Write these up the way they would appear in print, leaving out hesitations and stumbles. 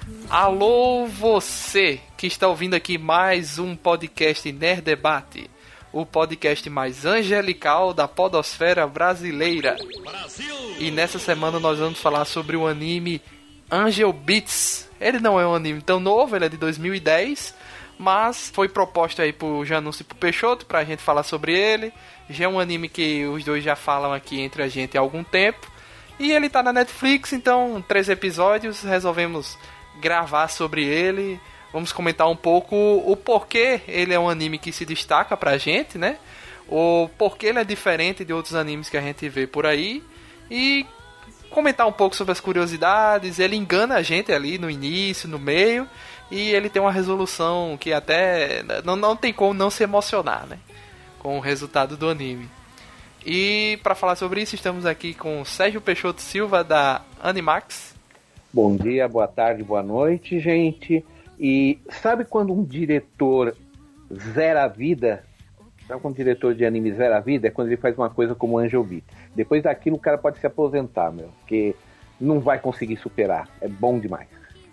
Alô, você que está ouvindo aqui mais um podcast Nerd Debate, o podcast mais angelical da podosfera brasileira. Brasil! E nessa semana nós vamos falar sobre o anime Angel Beats. Ele não é um anime tão novo, ele é de 2010, mas foi proposto aí por Janúncio e por Peixoto pra gente falar sobre ele. Já é um anime que os dois já falam aqui entre a gente há algum tempo. E ele tá na Netflix, então 3 episódios, resolvemos gravar sobre ele. Vamos comentar um pouco o porquê ele é um anime que se destaca pra gente, né? O porquê ele é diferente de outros animes que a gente vê por aí. E comentar um pouco sobre as curiosidades. Ele engana a gente ali no início, no meio. E ele tem uma resolução que até não tem como não se emocionar, né? Com o resultado do anime. E para falar sobre isso, estamos aqui com Sérgio Peixoto Silva, da Animax. Bom dia, boa tarde, boa noite, gente. E sabe quando um diretor zera a vida? Sabe quando um diretor de anime zera a vida? É quando ele faz uma coisa como Angel Beats. Depois daquilo o cara pode se aposentar, meu. Porque não vai conseguir superar. É bom demais.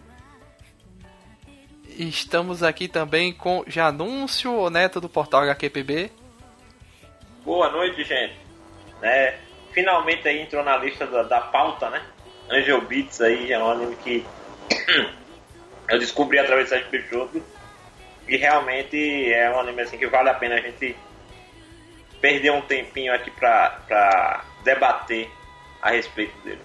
Estamos aqui também com Janúncio, o neto do portal HQPB. Boa noite, gente. Finalmente aí entrou na lista da pauta, né? Angel Beats aí é um anime que eu descobri através do Sérgio Peixoto. E realmente é um anime assim que vale a pena a gente perder um tempinho aqui pra debater a respeito dele.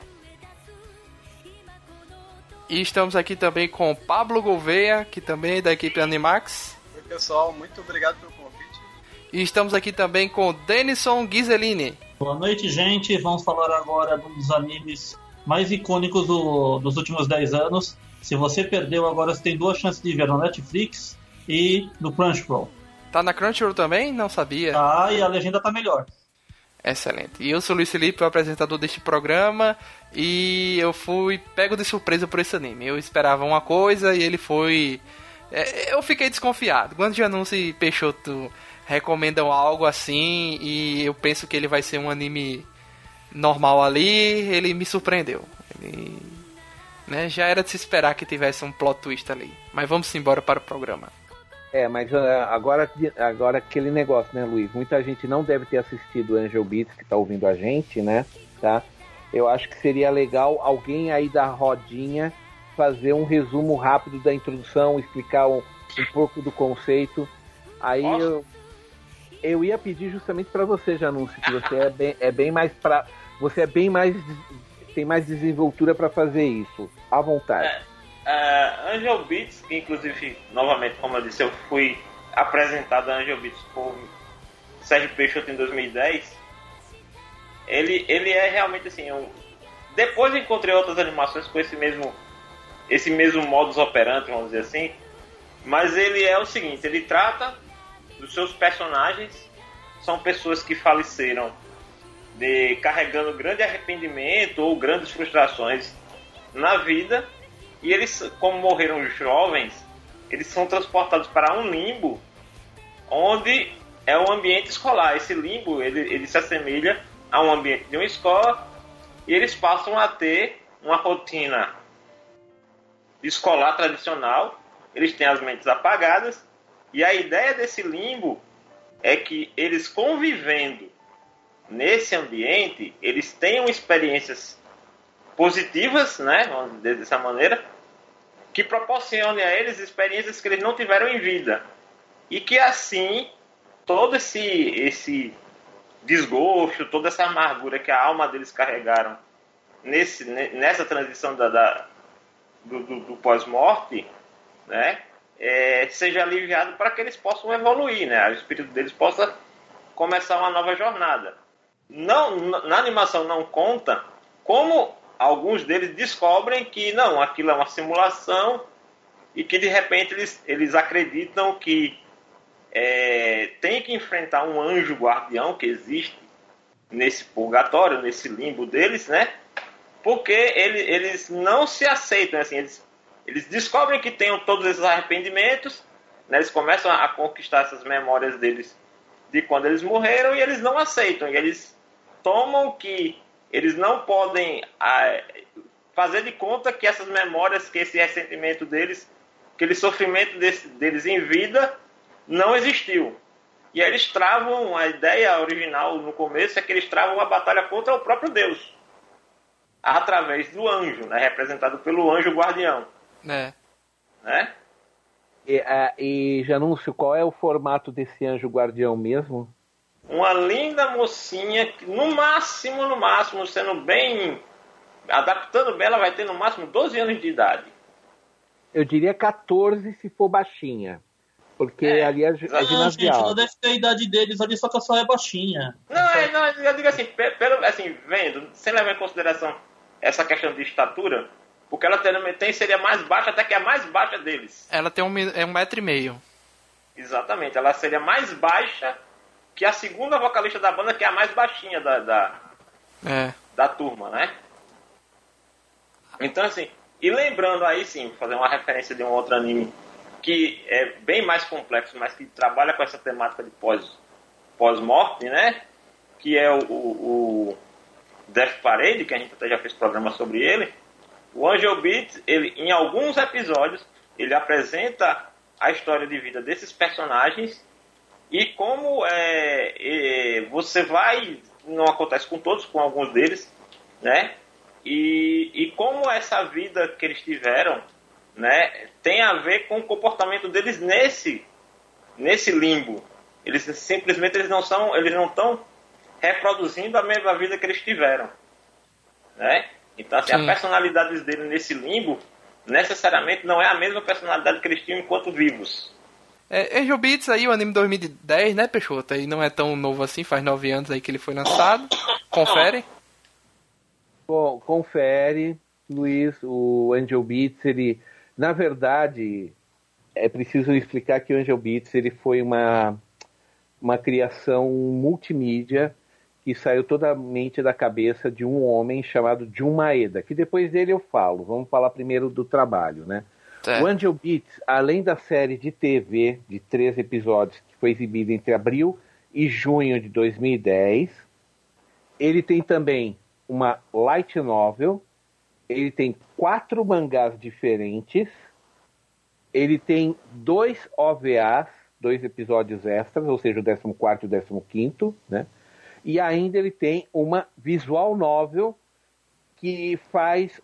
E estamos aqui também com Pablo Gouveia, que também é da equipe Animax. Oi pessoal, muito obrigado pelo convite. E estamos aqui também com Denison Ghiseline. Boa noite, gente. Vamos falar agora de um dos animes mais icônicos dos últimos 10 anos. Se você perdeu, agora você tem 2 chances de ver no Netflix e no Crunchyroll. Tá na Crunchyroll também? Não sabia. Tá, e a legenda tá melhor. Excelente. E eu sou o Luiz Felipe, o apresentador deste programa, e eu fui pego de surpresa por esse anime. Eu esperava uma coisa e ele foi... Eu fiquei desconfiado. Quando Janúncio e Peixoto recomendam algo assim, e eu penso que ele vai ser um anime normal ali, ele me surpreendeu. Ele, né, já era de se esperar que tivesse um plot twist ali. Mas vamos embora para o programa. Mas agora aquele negócio, né, Luiz? Muita gente não deve ter assistido Angel Beats, que tá ouvindo a gente, né? Tá? Eu acho que seria legal alguém aí da rodinha fazer um resumo rápido da introdução, explicar um pouco do conceito. Aí eu ia pedir justamente para você, Janúncio, que você tem mais desenvoltura para fazer isso. À vontade. Angel Beats, que inclusive, novamente, como eu disse, eu fui apresentado a Angel Beats por Sérgio Peixoto em 2010. Ele é realmente assim, depois eu encontrei outras animações com esse mesmo modus operandi, vamos dizer assim, mas ele é o seguinte, ele trata dos seus personagens, são pessoas que faleceram carregando grande arrependimento ou grandes frustrações na vida. E eles, como morreram jovens, eles são transportados para um limbo, onde é um ambiente escolar. Esse limbo, ele se assemelha a um ambiente de uma escola, e eles passam a ter uma rotina escolar tradicional. Eles têm as mentes apagadas, e a ideia desse limbo é que eles, convivendo nesse ambiente, eles tenham experiências positivas, né, vamos dizer dessa maneira, que proporcionem a eles experiências que eles não tiveram em vida. E que assim, todo esse desgosto, toda essa amargura que a alma deles carregaram nessa transição do pós-morte, né, seja aliviado para que eles possam evoluir, né, o espírito deles possa começar uma nova jornada. Na animação não conta como alguns deles descobrem que não, aquilo é uma simulação, e que de repente eles acreditam que tem que enfrentar um anjo guardião que existe nesse purgatório, nesse limbo deles, né? Porque eles não se aceitam, assim, eles descobrem que têm todos esses arrependimentos, né? Eles começam a conquistar essas memórias deles de quando eles morreram, e eles não aceitam, e eles tomam que eles não podem fazer de conta que essas memórias, que esse ressentimento deles, aquele sofrimento deles em vida não existiu. E aí eles travam, a ideia original no começo é que eles travam uma batalha contra o próprio Deus, através do anjo, né, representado pelo anjo guardião. Né? E Janúncio, qual é o formato desse anjo guardião mesmo? Uma linda mocinha, que no máximo, sendo bem... adaptando bem, ela vai ter no máximo 12 anos de idade. Eu diria 14 se for baixinha. Porque ali é ginasial. Gente, ela deve ter a idade deles ali, só que ela só é baixinha. Não, eu digo assim, vendo, sem levar em consideração essa questão de estatura, porque ela seria mais baixa, até que é a mais baixa deles. Ela tem 1,5 m. Exatamente, ela seria mais baixa que a segunda vocalista da banda, que é a mais baixinha da turma, né? Então, assim, e lembrando aí, sim, fazer uma referência de um outro anime que é bem mais complexo, mas que trabalha com essa temática de pós-morte, né? Que é o Death Parade, que a gente até já fez programa sobre ele. O Angel Beats, ele, em alguns episódios, ele apresenta a história de vida desses personagens e como você vai, não acontece com todos, com alguns deles, né? E como essa vida que eles tiveram, né, tem a ver com o comportamento deles nesse limbo. Eles simplesmente eles não estão reproduzindo a mesma vida que eles tiveram, né? Então, assim, a personalidade deles nesse limbo necessariamente não é a mesma personalidade que eles tinham enquanto vivos. Angel Beats aí, o anime 2010, né, Peixoto? Aí não é tão novo assim, faz 9 anos aí que ele foi lançado. Confere? Bom, confere, Luiz, o Angel Beats, ele, na verdade, é preciso explicar que o Angel Beats, ele foi uma criação multimídia que saiu totalmente da cabeça de um homem chamado Jun Maeda, que depois dele eu falo. Vamos falar primeiro do trabalho, né? O Angel Beats, além da série de TV de 3 episódios que foi exibida entre abril e junho de 2010, ele tem também uma light novel, ele tem 4 mangás diferentes, ele tem 2 OVAs, 2 episódios extras, ou seja, o 14º e o 15º, né? E ainda ele tem uma visual novel que faz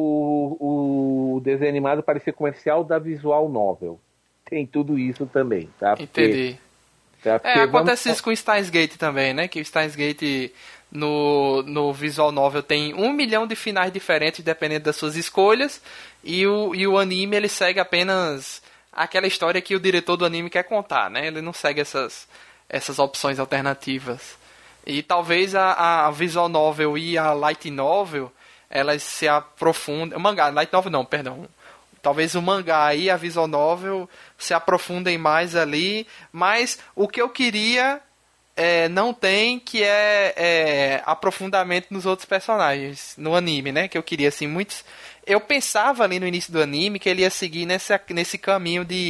o desenho animado parecer comercial da visual novel. Tem tudo isso também, tá? Entendi. Acontece isso com o Steins Gate também, né? Que o Steins Gate no visual novel tem 1 milhão de finais diferentes dependendo das suas escolhas, e o anime ele segue apenas aquela história que o diretor do anime quer contar, né? Ele não segue essas opções alternativas. E talvez a visual novel e a light novel elas se aprofundem. O mangá, light novel não, perdão. Talvez o mangá e a visual novel se aprofundem mais ali, mas o que eu queria não tem, que é aprofundamento nos outros personagens no anime, né? Que eu queria, assim, muitos... Eu pensava ali no início do anime que ele ia seguir nesse caminho de...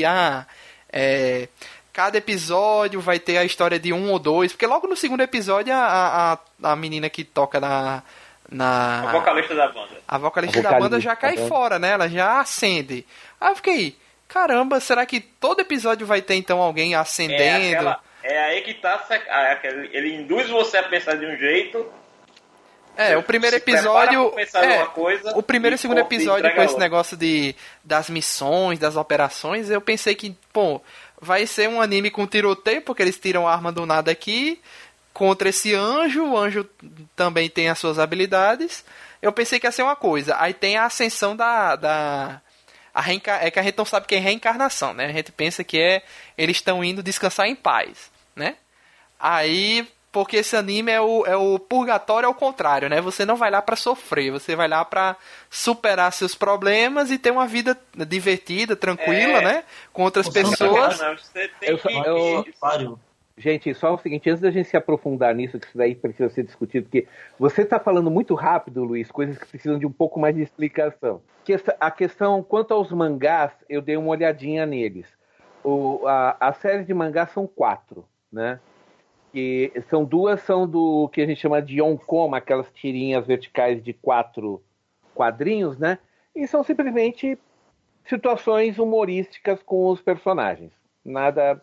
cada episódio vai ter a história de 1 ou 2, porque logo no segundo episódio a menina que toca a vocalista da banda. A vocalista da banda já cai fora, né? Ela já acende. Aí eu fiquei, caramba, será que todo episódio vai ter então alguém acendendo? É aí que tá. Ele induz você a pensar de um jeito. O primeiro episódio. Coisa, o primeiro e segundo episódio com esse negócio das missões, das operações, eu pensei que, vai ser um anime com tiroteio, porque eles tiram a arma do nada aqui. Contra esse anjo, o anjo também tem as suas habilidades. Eu pensei que ia ser uma coisa. Aí tem a ascensão é que a gente não sabe o que é reencarnação, né? A gente pensa que eles estão indo descansar em paz, né? Aí, porque esse anime é o purgatório ao contrário, né? Você não vai lá para sofrer, você vai lá para superar seus problemas e ter uma vida divertida, tranquila, né? Com outras pessoas. Você tem Gente, só o seguinte, antes da gente se aprofundar nisso, que isso daí precisa ser discutido, porque você está falando muito rápido, Luiz, coisas que precisam de um pouco mais de explicação. A questão, quanto aos mangás, eu dei uma olhadinha neles. A série de mangás são 4, né? E são 2 são do que a gente chama de Yonkoma, aquelas tirinhas verticais de 4 quadrinhos, né? E são simplesmente situações humorísticas com os personagens. Nada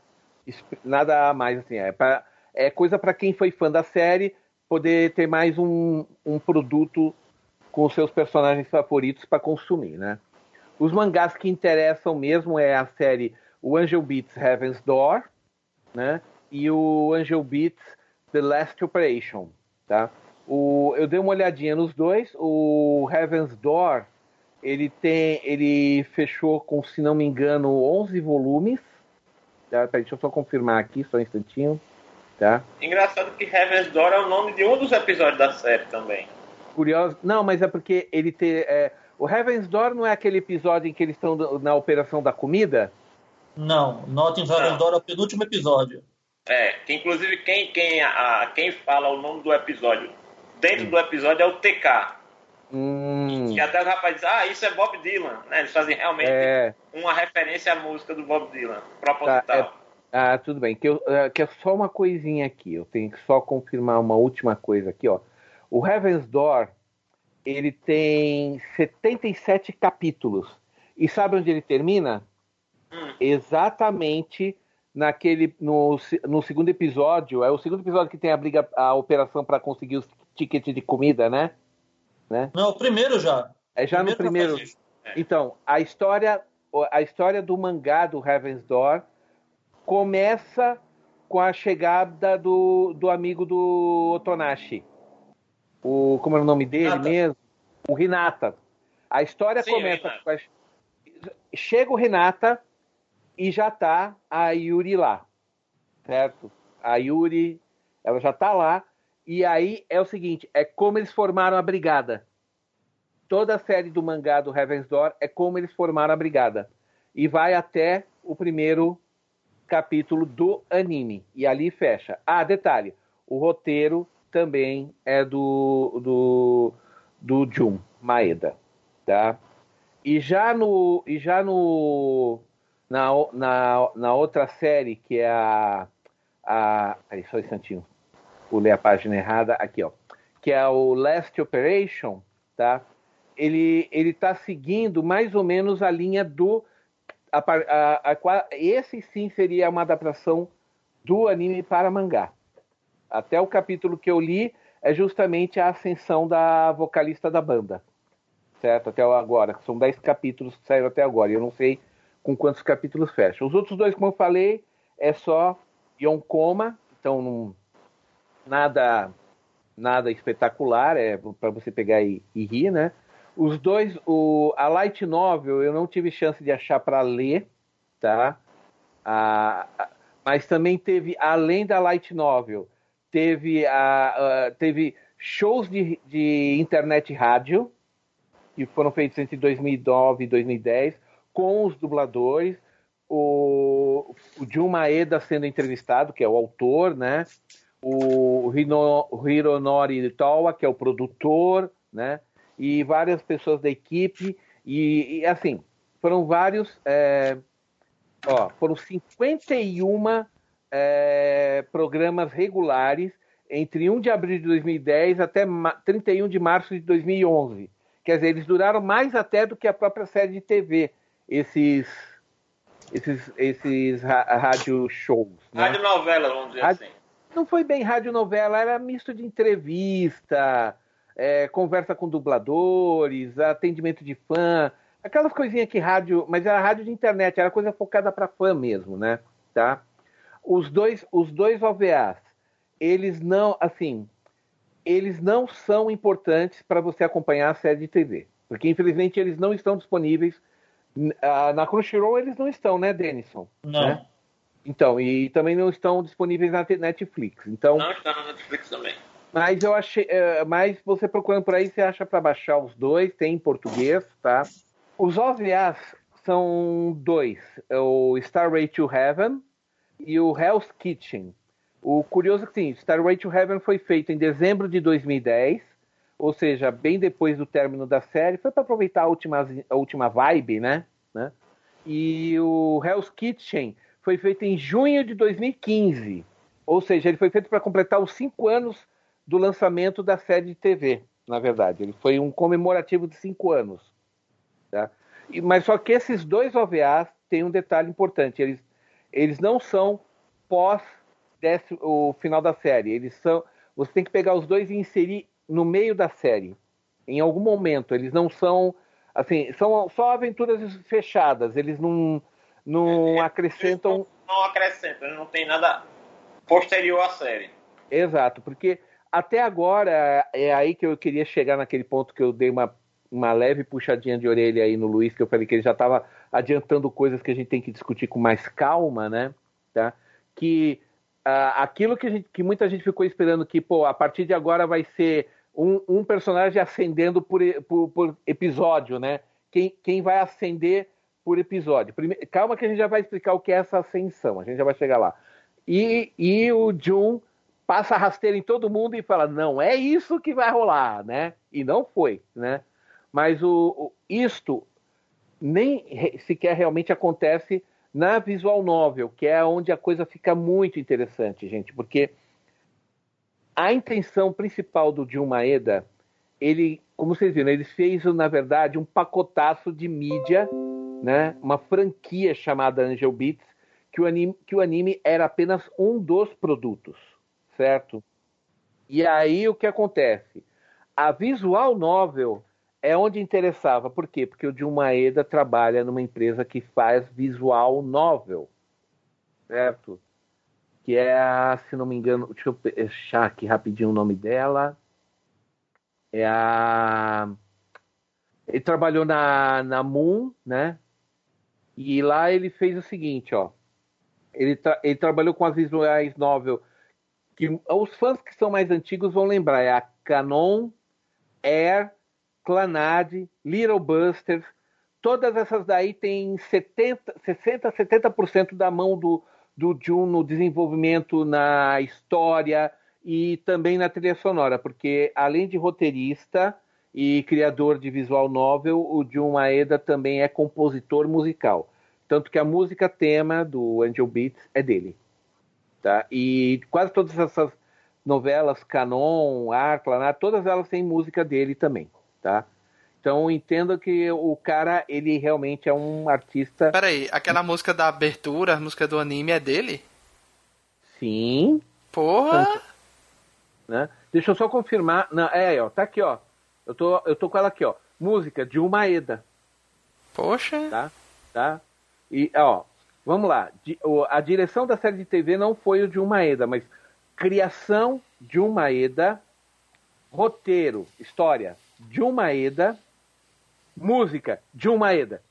a mais, assim. É coisa para quem foi fã da série poder ter mais um produto com os seus personagens favoritos para consumir, né? Os mangás que interessam mesmo é a série o Angel Beats Heaven's Door, né? E o Angel Beats The Last Operation, tá? Eu dei uma olhadinha nos dois. O Heaven's Door, ele fechou com, se não me engano, 11 volumes. Tá? Peraí, deixa eu só confirmar aqui, só um instantinho. Tá? Engraçado que Heaven's Door é o nome de um dos episódios da série também. Curioso. Não, mas é porque ele tem... o Heaven's Door não é aquele episódio em que eles estão na operação da comida? Não, Nothing's Heaven's Door é o penúltimo episódio. Que inclusive quem fala o nome do episódio dentro do episódio é o TK. E até o rapaz diz, isso é Bob Dylan, né? Eles fazem realmente uma referência à música do Bob Dylan, proposital. Tudo bem, que é só uma coisinha aqui, eu tenho que só confirmar uma última coisa aqui, ó. O Heaven's Door, ele tem 77 capítulos, e sabe onde ele termina? Exatamente no segundo episódio. É o segundo episódio que tem a operação para conseguir os tickets de comida, né? Não, o primeiro já. É já no primeiro. Então, a história do mangá do Heaven's Door começa com a chegada do amigo do Otonashi. Como é o nome dele mesmo? O Hinata. A história começa com chega o Hinata e já tá a Yuri lá, certo? A Yuri, ela já tá lá, e aí é o seguinte, é como eles formaram a brigada. Toda a série do mangá do Heaven's Door é como eles formaram a brigada. E vai até o primeiro capítulo do anime, e ali fecha. Detalhe, o roteiro também é do Jun Maeda, tá? Na outra série, que é peraí, só um instantinho. Vou ler a página errada. Aqui, ó. Que é o Last Operation, tá? Ele tá seguindo mais ou menos a linha do... esse sim seria uma adaptação do anime para mangá. Até o capítulo que eu li é justamente a ascensão da vocalista da banda. Certo? Até agora. São 10 capítulos que saíram até agora. E eu não sei com quantos capítulos fecha. Os outros dois, como eu falei, é só Yonkoma, então nada espetacular, é para você pegar e rir, né? Os dois, a Light Novel eu não tive chance de achar para ler, tá? Mas também teve, além da Light Novel, teve shows de internet rádio, que foram feitos entre 2009 e 2010, com os dubladores, o Jun Maeda sendo entrevistado, que é o autor, né? O Hironori Towa, que é o produtor, né? E várias pessoas da equipe, e assim, foram vários, foram 51 programas regulares entre 1 de abril de 2010 até 31 de março de 2011. Quer dizer, eles duraram mais até do que a própria série de TV, esses rádio shows. Né? Rádio novela, vamos dizer assim. Não foi bem rádio novela, era misto de entrevista, conversa com dubladores, atendimento de fã, aquelas coisinhas que rádio, mas era rádio de internet, era coisa focada para fã mesmo, né? Tá? Os dois OVAs, eles não são importantes para você acompanhar a série de TV, porque infelizmente eles não estão disponíveis na Crunchyroll, eles não estão, né, Denison? Não. Né? Então, e também não estão disponíveis na Netflix. Então, não está na Netflix também. Mas eu achei, mas você procurando por aí, você acha para baixar os dois, tem em português, tá? Os OVAs são dois, o Starway to Heaven e o Hell's Kitchen. O curioso é que sim, Starway to Heaven foi feito em dezembro de 2010, ou seja, bem depois do término da série, foi para aproveitar a última vibe, né? E o Hell's Kitchen foi feito em junho de 2015, ou seja, ele foi feito para completar os 5 anos do lançamento da série de TV, na verdade. Ele foi um comemorativo de 5 anos. Tá? Mas só que esses 2 OVAs têm um detalhe importante. Eles não são pós o final da série. Eles são. Você tem que pegar os 2 e inserir no meio da série. Em algum momento. Eles não são. Assim, são só aventuras fechadas. Eles não acrescentam. Não acrescentam, não tem nada posterior à série. Exato, porque até agora é aí que eu queria chegar naquele ponto que eu dei uma leve puxadinha de orelha aí no Luiz, que eu falei que ele já estava adiantando coisas que a gente tem que discutir com mais calma, né? Tá? Que aquilo que muita gente ficou esperando que, pô, a partir de agora vai ser um personagem ascendendo por episódio, né? Quem vai ascender por episódio. Calma que a gente já vai explicar o que é essa ascensão, a gente já vai chegar lá. E o Jun passa rasteiro em todo mundo e fala, não é isso que vai rolar, né? E não foi, né? Mas isto nem sequer realmente acontece na visual novel, que é onde a coisa fica muito interessante, gente, porque a intenção principal do Jun Maeda, ele, como vocês viram, ele fez, na verdade, um pacotaço de mídia, né? Uma franquia chamada Angel Beats, que o anime era apenas um dos produtos, certo? E aí o que acontece? A visual novel é onde interessava. Por quê? Porque o Jun Maeda trabalha numa empresa que faz visual novel, certo? Que é a, se não me engano, deixa eu achar aqui rapidinho o nome dela. É a... Ele trabalhou na Moon, né? E lá ele fez o seguinte, ó. Ele trabalhou com as visuais novel, que os fãs que são mais antigos vão lembrar, é a Canon, Air, Clannad, Little Busters, todas essas daí têm 70% da mão do Jun no desenvolvimento, na história e também na trilha sonora, porque além de roteirista e criador de visual novel, o Jun Maeda também é compositor musical. Tanto que a música tema do Angel Beats é dele. Tá? E quase todas essas novelas, Canon, Arcla, todas elas têm música dele também. Tá? Então entenda que o cara, ele realmente é um artista... Peraí, aquela música da abertura, a música do anime é dele? Sim. Porra! Né? Deixa eu só confirmar. Não, ó, tá aqui, ó. Eu tô com ela aqui, ó. Música de Maeda. Poxa! Tá? E, ó, vamos lá. A direção da série de TV não foi o Jun Maeda, mas criação Jun Maeda, roteiro, história, Jun Maeda, música, Jun Maeda.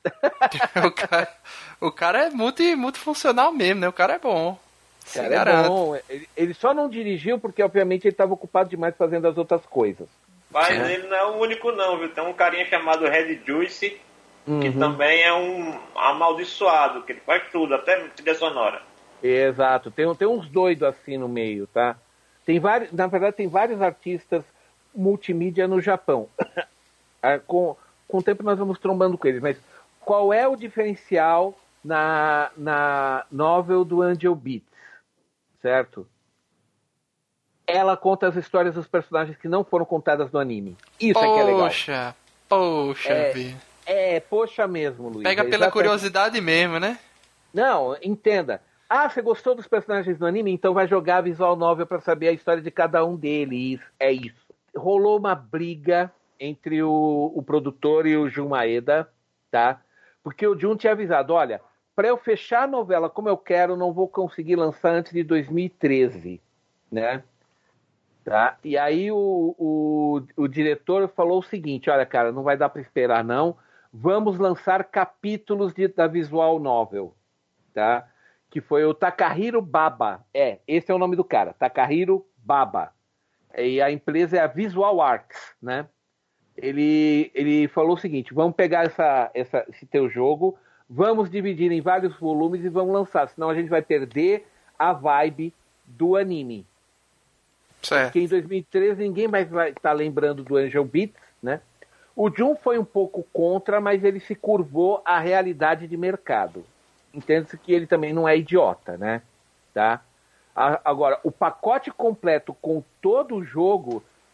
o cara é multifuncional mesmo, né? O cara é bom. O cara é bom. Ele só não dirigiu porque, obviamente, ele estava ocupado demais fazendo as outras coisas. Mas ele não é o único não, viu? Tem um carinha chamado Red Juice, que também é um amaldiçoado, que ele faz tudo, até trilha sonora. Exato, tem uns doidos assim no meio, tá? Na verdade, tem vários artistas multimídia no Japão. Com o tempo nós vamos trombando com eles, mas qual é o diferencial na novel do Angel Beats, certo? Ela conta as histórias dos personagens que não foram contadas no anime. Isso é que é legal. Poxa, vida. Poxa mesmo, Luiz. Pega pela curiosidade mesmo, né? Não, entenda. Ah, você gostou dos personagens do anime? Então vai jogar a visual novel para saber a história de cada um deles. É isso. Rolou uma briga entre o produtor e o Jun Maeda, tá? Porque o Jun tinha avisado, olha, para eu fechar a novela como eu quero, não vou conseguir lançar antes de 2013, né? Tá? E aí o diretor falou o seguinte, olha, cara, não vai dar para esperar, não. Vamos lançar capítulos da visual novel, tá? Que foi o Takahiro Baba. Esse é o nome do cara, Takahiro Baba. E a empresa é a Visual Arts, né? Ele falou o seguinte, vamos pegar esse teu jogo, vamos dividir em vários volumes e vamos lançar, senão a gente vai perder a vibe do anime. Certo. Porque em 2013 ninguém mais vai estar lembrando do Angel Beats, né? O Jun foi um pouco contra, mas ele se curvou à realidade de mercado. Entende-se que ele também não é idiota, né? Tá? Agora, o pacote completo com todo o jogo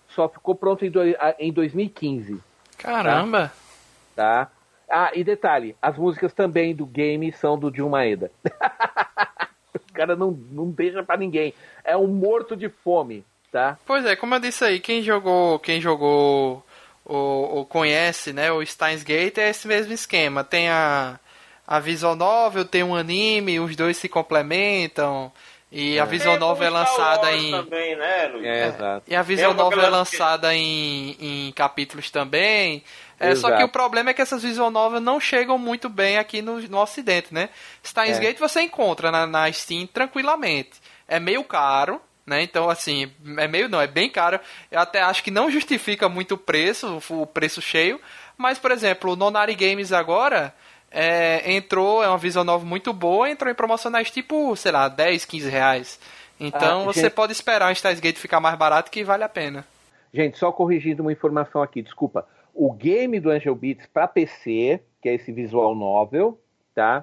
só ficou pronto em 2015. Caramba! Tá? Ah, e detalhe, as músicas também do game são do Jun Maeda. O cara não deixa pra ninguém. É um morto de fome, tá? Pois é, como eu disse aí, quem jogou ou conhece, né, o Steins Gate é esse mesmo esquema. Tem a visual novel, tem um anime, os dois se complementam. E a visual novel é lançada em... também, né, Luiz? Exato. E a visual novel é lançada em capítulos também. Só que o problema é que essas visual novels não chegam muito bem aqui no Ocidente, né? Steins Gate você encontra na Steam tranquilamente. É meio caro, né? Então, assim, é bem caro. Eu até acho que não justifica muito o preço cheio. Mas, por exemplo, o Nonari Games agora... é uma visual novel muito boa, entrou em promocionais tipo, sei lá, 10, 15 reais. Então você pode esperar o Steins Gate ficar mais barato, que vale a pena. Gente, só corrigindo uma informação aqui, desculpa. O game do Angel Beats para PC, que é esse visual novel, tá?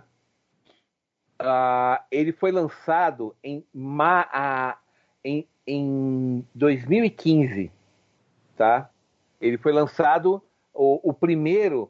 Ele foi lançado em 2015, tá? Ele foi lançado o primeiro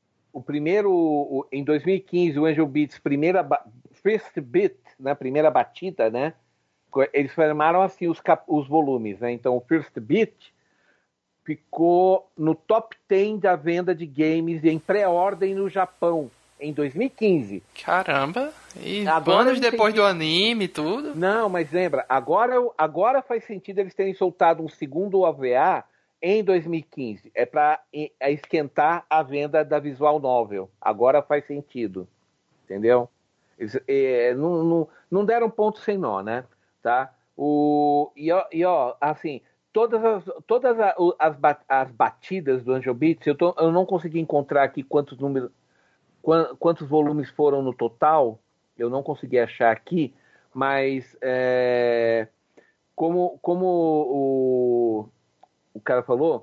em 2015, o Angel Beats First Beat, né, primeira batida, né? Eles formaram assim os volumes, né? Então o First Beat ficou no top 10 da venda de games em pré-ordem no Japão em 2015. Caramba! E agora anos depois do anime e tudo? Não, mas lembra, agora faz sentido eles terem soltado um segundo OVA em 2015. É para esquentar a venda da visual novel. Agora faz sentido. Entendeu? Eles, não deram ponto sem nó, né? Tá? Assim, todas as batidas do Angel Beats, eu não consegui encontrar aqui quantos volumes foram no total. Eu não consegui achar aqui, mas como o cara falou,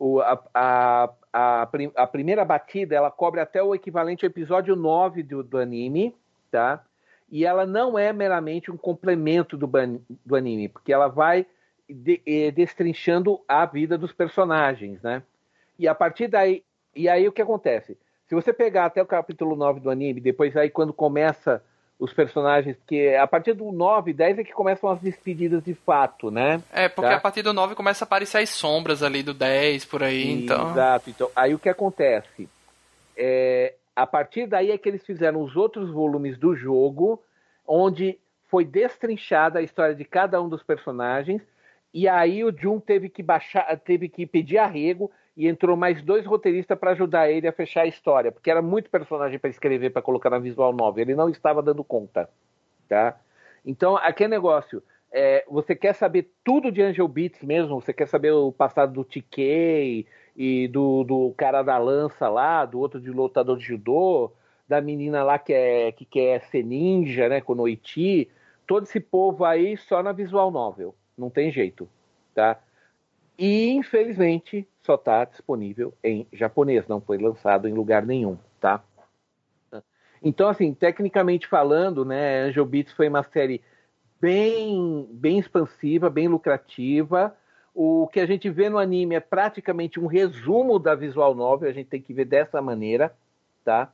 a primeira batida ela cobre até o equivalente ao episódio 9 do anime, tá? E ela não é meramente um complemento do anime, porque ela vai destrinchando a vida dos personagens, né? E a partir daí, e aí o que acontece? Se você pegar até o capítulo 9 do anime, depois aí quando começa os personagens, porque a partir do 9, 10 é que começam as despedidas de fato, né? Porque a partir do 9 começa a aparecer as sombras ali do 10, por aí, então... Exato, então aí o que acontece? A partir daí é que eles fizeram os outros volumes do jogo, onde foi destrinchada a história de cada um dos personagens, e aí o Jun teve que pedir arrego, e entrou mais 2 roteiristas para ajudar ele a fechar a história, porque era muito personagem para escrever, para colocar na visual novel. Ele não estava dando conta, tá? Então, aquele negócio, você quer saber tudo de Angel Beats mesmo? Você quer saber o passado do TK e do cara da lança lá, do outro de lutador de judô, da menina lá que quer ser ninja, né, Konoichi, todo esse povo aí só na visual novel. Não tem jeito, tá? E, infelizmente, só está disponível em japonês, não foi lançado em lugar nenhum, tá? Então, assim, tecnicamente falando, né, Angel Beats foi uma série bem expansiva, bem lucrativa. O que a gente vê no anime é praticamente um resumo da visual novel, a gente tem que ver dessa maneira, tá?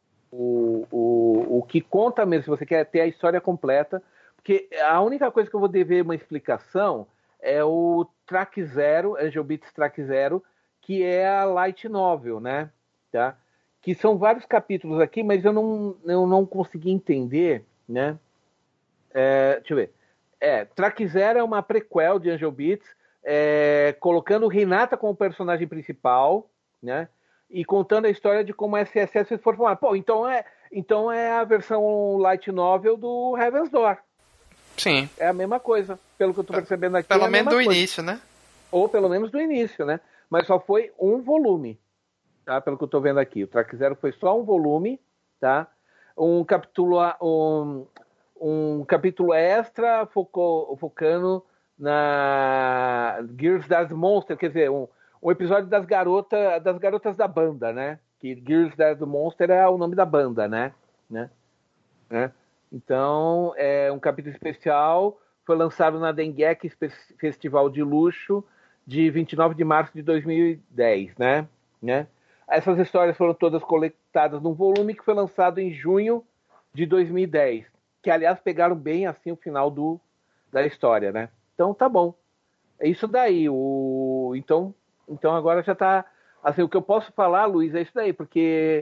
O que conta mesmo, se você quer ter a história completa, porque a única coisa que eu vou dever uma explicação é o Track Zero, Angel Beats Track Zero, que é a light novel, né? Tá? Que são vários capítulos aqui, mas eu não consegui entender, né? Deixa eu ver. Track Zero é uma prequel de Angel Beats, colocando Hinata como personagem principal, né? E contando a história de como a SSS foi formada. Pô, então é a versão light novel do Heaven's Door. Sim. É a mesma coisa, pelo que eu tô percebendo aqui. Pelo menos do coisa. início, né? Ou pelo menos do início, né? Mas só foi um volume, tá? Pelo que eu tô vendo aqui. O Track Zero foi só um volume, tá? Um capítulo extra focando na Gears das Monster, quer dizer, um episódio das garotas da banda, né? Que Gears das Monster é o nome da banda, né? Então, é um capítulo especial, foi lançado na Dengeki Festival de Luxo, de 29 de março de 2010, né? Essas histórias foram todas coletadas num volume que foi lançado em junho de 2010, que, aliás, pegaram bem assim o final da história, né? Então, tá bom. É isso daí. Então agora já tá... Assim, o que eu posso falar, Luiz, é isso daí, porque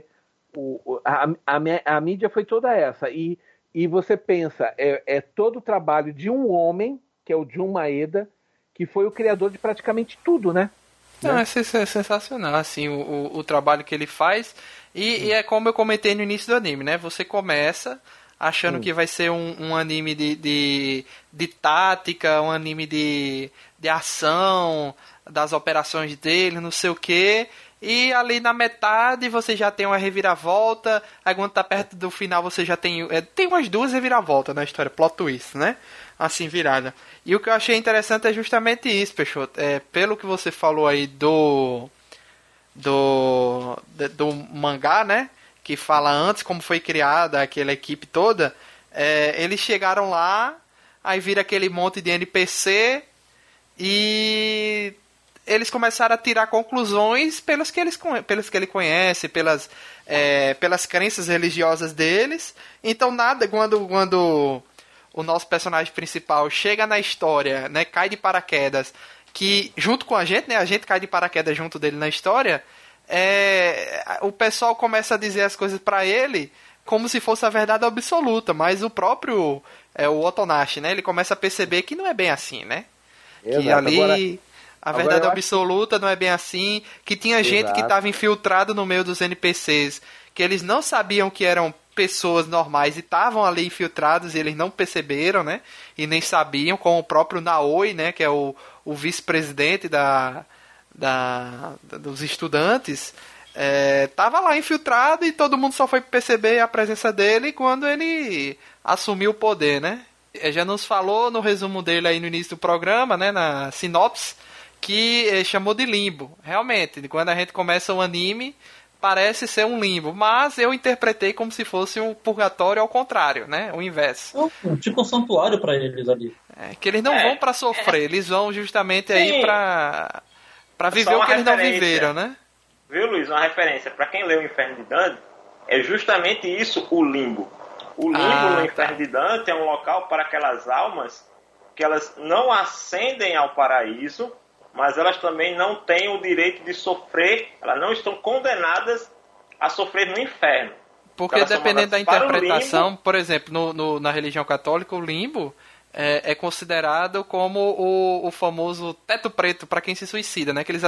a mídia foi toda essa. E você pensa, é todo o trabalho de um homem, que é o Jun Maeda, que foi o criador de praticamente tudo, né? Não, é sensacional, assim, o trabalho que ele faz. E é como eu comentei no início do anime, né? Você começa achando que vai ser um anime de tática, um anime de ação, das operações dele, não sei o quê. E ali na metade você já tem uma reviravolta. Aí quando tá perto do final você já tem umas duas reviravoltas na história, plot twist, né? Assim, virada. E o que eu achei interessante é justamente isso, Peixoto. Pelo que você falou aí do mangá, né? Que fala antes como foi criada aquela equipe toda. Eles chegaram lá, aí vira aquele monte de NPC e eles começaram a tirar conclusões pelos que ele conhece, pelas crenças religiosas deles. Então nada, quando o nosso personagem principal chega na história, né, cai de paraquedas, que junto com a gente, né, a gente cai de paraquedas junto dele na história, o pessoal começa a dizer as coisas pra ele como se fosse a verdade absoluta, mas o próprio o Otonashi, né, ele começa a perceber que não é bem assim, né? Exato. Que ali a verdade eu absoluta não é bem assim, que tinha gente que estava infiltrado no meio dos NPCs, que eles não sabiam que eram pessoas normais e estavam ali infiltrados e eles não perceberam, né? E nem sabiam, como o próprio Naoi, né? Que é o vice-presidente dos estudantes, tava lá infiltrado e todo mundo só foi perceber a presença dele quando ele assumiu o poder, né? Já nos falou no resumo dele aí no início do programa, né? Na sinopse, que chamou de limbo. Realmente, quando a gente começa um anime, parece ser um limbo, mas eu interpretei como se fosse um purgatório ao contrário, né? O inverso. Tipo um santuário pra eles ali. Que eles não vão pra sofrer, eles vão justamente aí pra viver o que eles não viveram, né? Viu, Luiz? Uma referência. Pra quem leu o Inferno de Dante, é justamente isso o limbo. O limbo no Inferno de Dante é um local para aquelas almas que elas não ascendem ao paraíso, mas elas também não têm o direito de sofrer, elas não estão condenadas a sofrer no inferno. Porque dependendo da interpretação, por exemplo, na religião católica, o limbo é considerado como o famoso teto preto para quem se suicida, né? Que eles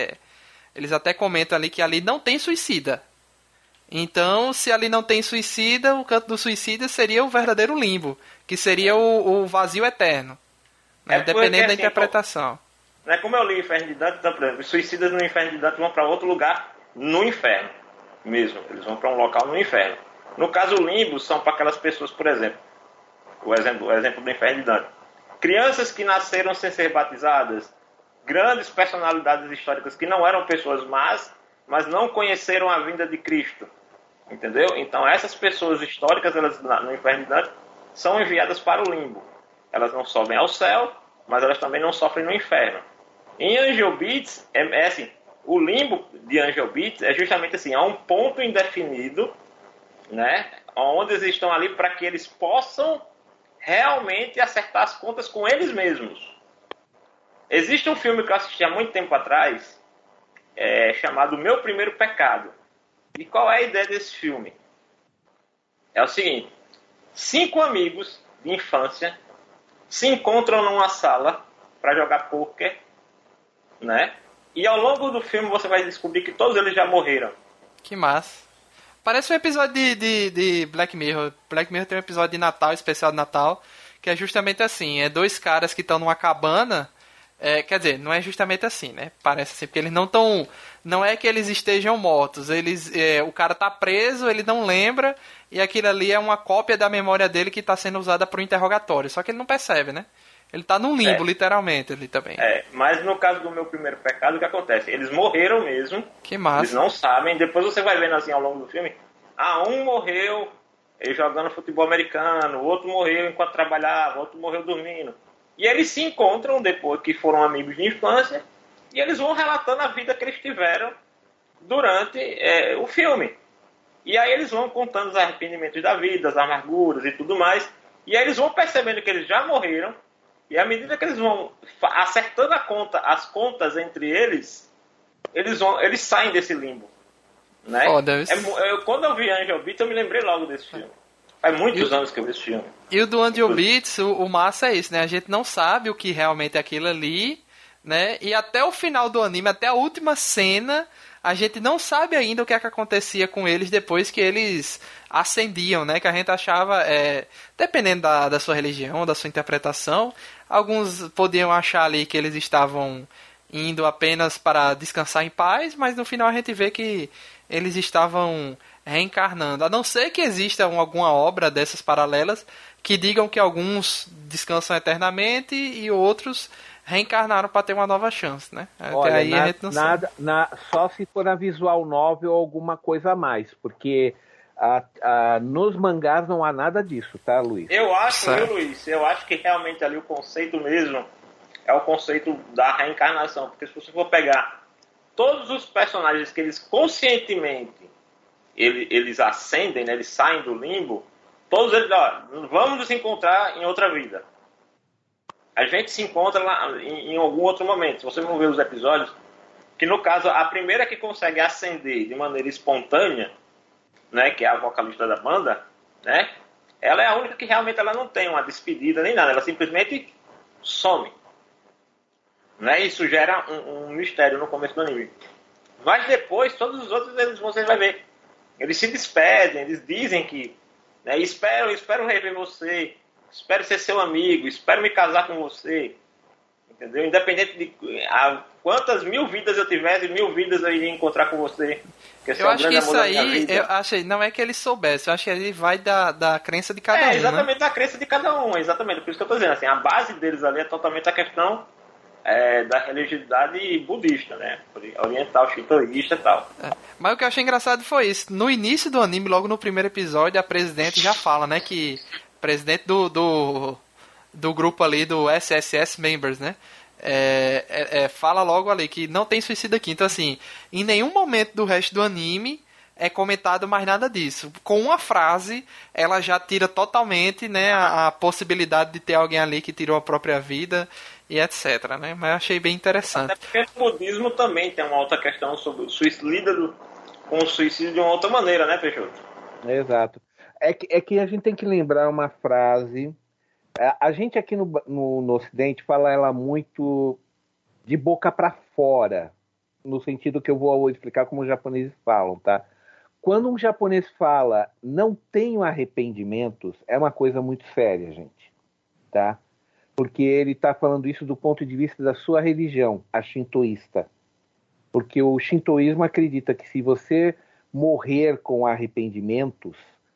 até comentam ali que ali não tem suicida. Então, se ali não tem suicida, o canto do suicida seria o verdadeiro limbo, que seria o vazio eterno, né? Dependendo da interpretação. Né, como eu li o Inferno de Dante, então, por exemplo, os suicidas no Inferno de Dante vão para outro lugar no inferno mesmo. Eles vão para um local no inferno. No caso, o limbo são para aquelas pessoas, por exemplo, o exemplo do Inferno de Dante. Crianças que nasceram sem ser batizadas, grandes personalidades históricas que não eram pessoas más, mas não conheceram a vinda de Cristo. Entendeu? Então, essas pessoas históricas, elas, no Inferno de Dante, são enviadas para o limbo. Elas não sobem ao céu, mas elas também não sofrem no inferno. Em Angel Beats, assim, o limbo de Angel Beats é justamente assim, é um ponto indefinido, né, onde eles estão ali para que eles possam realmente acertar as contas com eles mesmos. Existe um filme que eu assisti há muito tempo atrás, chamado Meu Primeiro Pecado. E qual é a ideia desse filme? É o seguinte, 5 amigos de infância se encontram numa sala para jogar pôquer, né? E ao longo do filme você vai descobrir que todos eles já morreram. Que massa. Parece um episódio de Black Mirror. Black Mirror tem um episódio de Natal, especial de Natal, que é justamente assim. É 2 caras que estão numa cabana. Quer dizer, não é justamente assim, né? Parece assim, porque eles não estão... Não é que eles estejam mortos. O cara tá preso, ele não lembra, e aquilo ali é uma cópia da memória dele que está sendo usada para o interrogatório. Só que ele não percebe, né? Ele tá num limbo, literalmente, ali também. Mas no caso do Meu Primeiro Pecado, o que acontece? Eles morreram mesmo. Que massa. Eles não sabem. Depois você vai vendo assim ao longo do filme. Um morreu jogando futebol americano, o outro morreu enquanto trabalhava, o outro morreu dormindo. E eles se encontram depois que foram amigos de infância e eles vão relatando a vida que eles tiveram durante o filme. E aí eles vão contando os arrependimentos da vida, as amarguras e tudo mais. E aí eles vão percebendo que eles já morreram. E à medida que eles vão acertando as contas entre eles, eles saem desse limbo. Né? Quando eu vi Angel Beats, eu me lembrei logo desse filme. Faz muitos anos que eu vi esse filme. E o do Angel Beats, o massa é isso, né? A gente não sabe o que realmente é aquilo ali, né? E até o final do anime, até a última cena, a gente não sabe ainda o que é que acontecia com eles depois que eles ascendiam, né? Que a gente achava, dependendo da sua religião, da sua interpretação, alguns podiam achar ali que eles estavam indo apenas para descansar em paz, mas no final a gente vê que eles estavam reencarnando. A não ser que exista alguma obra dessas paralelas que digam que alguns descansam eternamente e outros reencarnaram para ter uma nova chance, né? Olha, até aí a gente não sabe. Só se for na visual novel ou alguma coisa a mais, porque nos mangás não há nada disso, tá, Luiz? Eu acho, Luiz? Eu acho que realmente ali o conceito mesmo é o conceito da reencarnação, porque se você for pegar todos os personagens que eles conscientemente eles ascendem, né, eles saem do limbo, todos eles, vamos nos encontrar em outra vida. A gente se encontra lá em algum outro momento. Se você não ver os episódios, que no caso, a primeira que consegue ascender de maneira espontânea, né, que é a vocalista da banda, né, ela é a única que realmente ela não tem uma despedida nem nada, ela simplesmente some. Né, isso gera um mistério no começo do anime. Mas depois, todos os outros, você vai ver, eles se despedem, eles dizem que, né, espero rever você, espero ser seu amigo, espero me casar com você, entendeu? Independente de quantas 1000 vidas eu tivesse, 1000 vidas eu iria encontrar com você. Eu acho que isso aí, não é que ele soubesse, eu acho que ele vai da crença de cada um. Exatamente, né? Da crença de cada um, exatamente. Por isso que eu estou dizendo, assim, a base deles ali é totalmente a questão da religiosidade budista, né? Oriental, shintoísta e tal. Mas o que eu achei engraçado foi isso. No início do anime, logo no primeiro episódio, a presidente já fala, né, que presidente do grupo ali, do SSS Members, né? Fala logo ali que não tem suicídio aqui. Então, assim, em nenhum momento do resto do anime é comentado mais nada disso. Com uma frase, ela já tira totalmente, né, a possibilidade de ter alguém ali que tirou a própria vida e etc, né? Mas eu achei bem interessante. Até porque o budismo também tem uma outra questão sobre o suicídio, lida com o suicídio de uma outra maneira, né, Peixoto? Exato. É que a gente tem que lembrar uma frase. A gente aqui no Ocidente fala ela muito de boca para fora, no sentido que eu vou explicar como os japoneses falam, tá? Quando um japonês fala não tenho arrependimentos, é uma coisa muito séria, gente, tá? Porque ele está falando isso do ponto de vista da sua religião, a shintoísta. Porque o shintoísmo acredita que se você morrer com arrependimentos,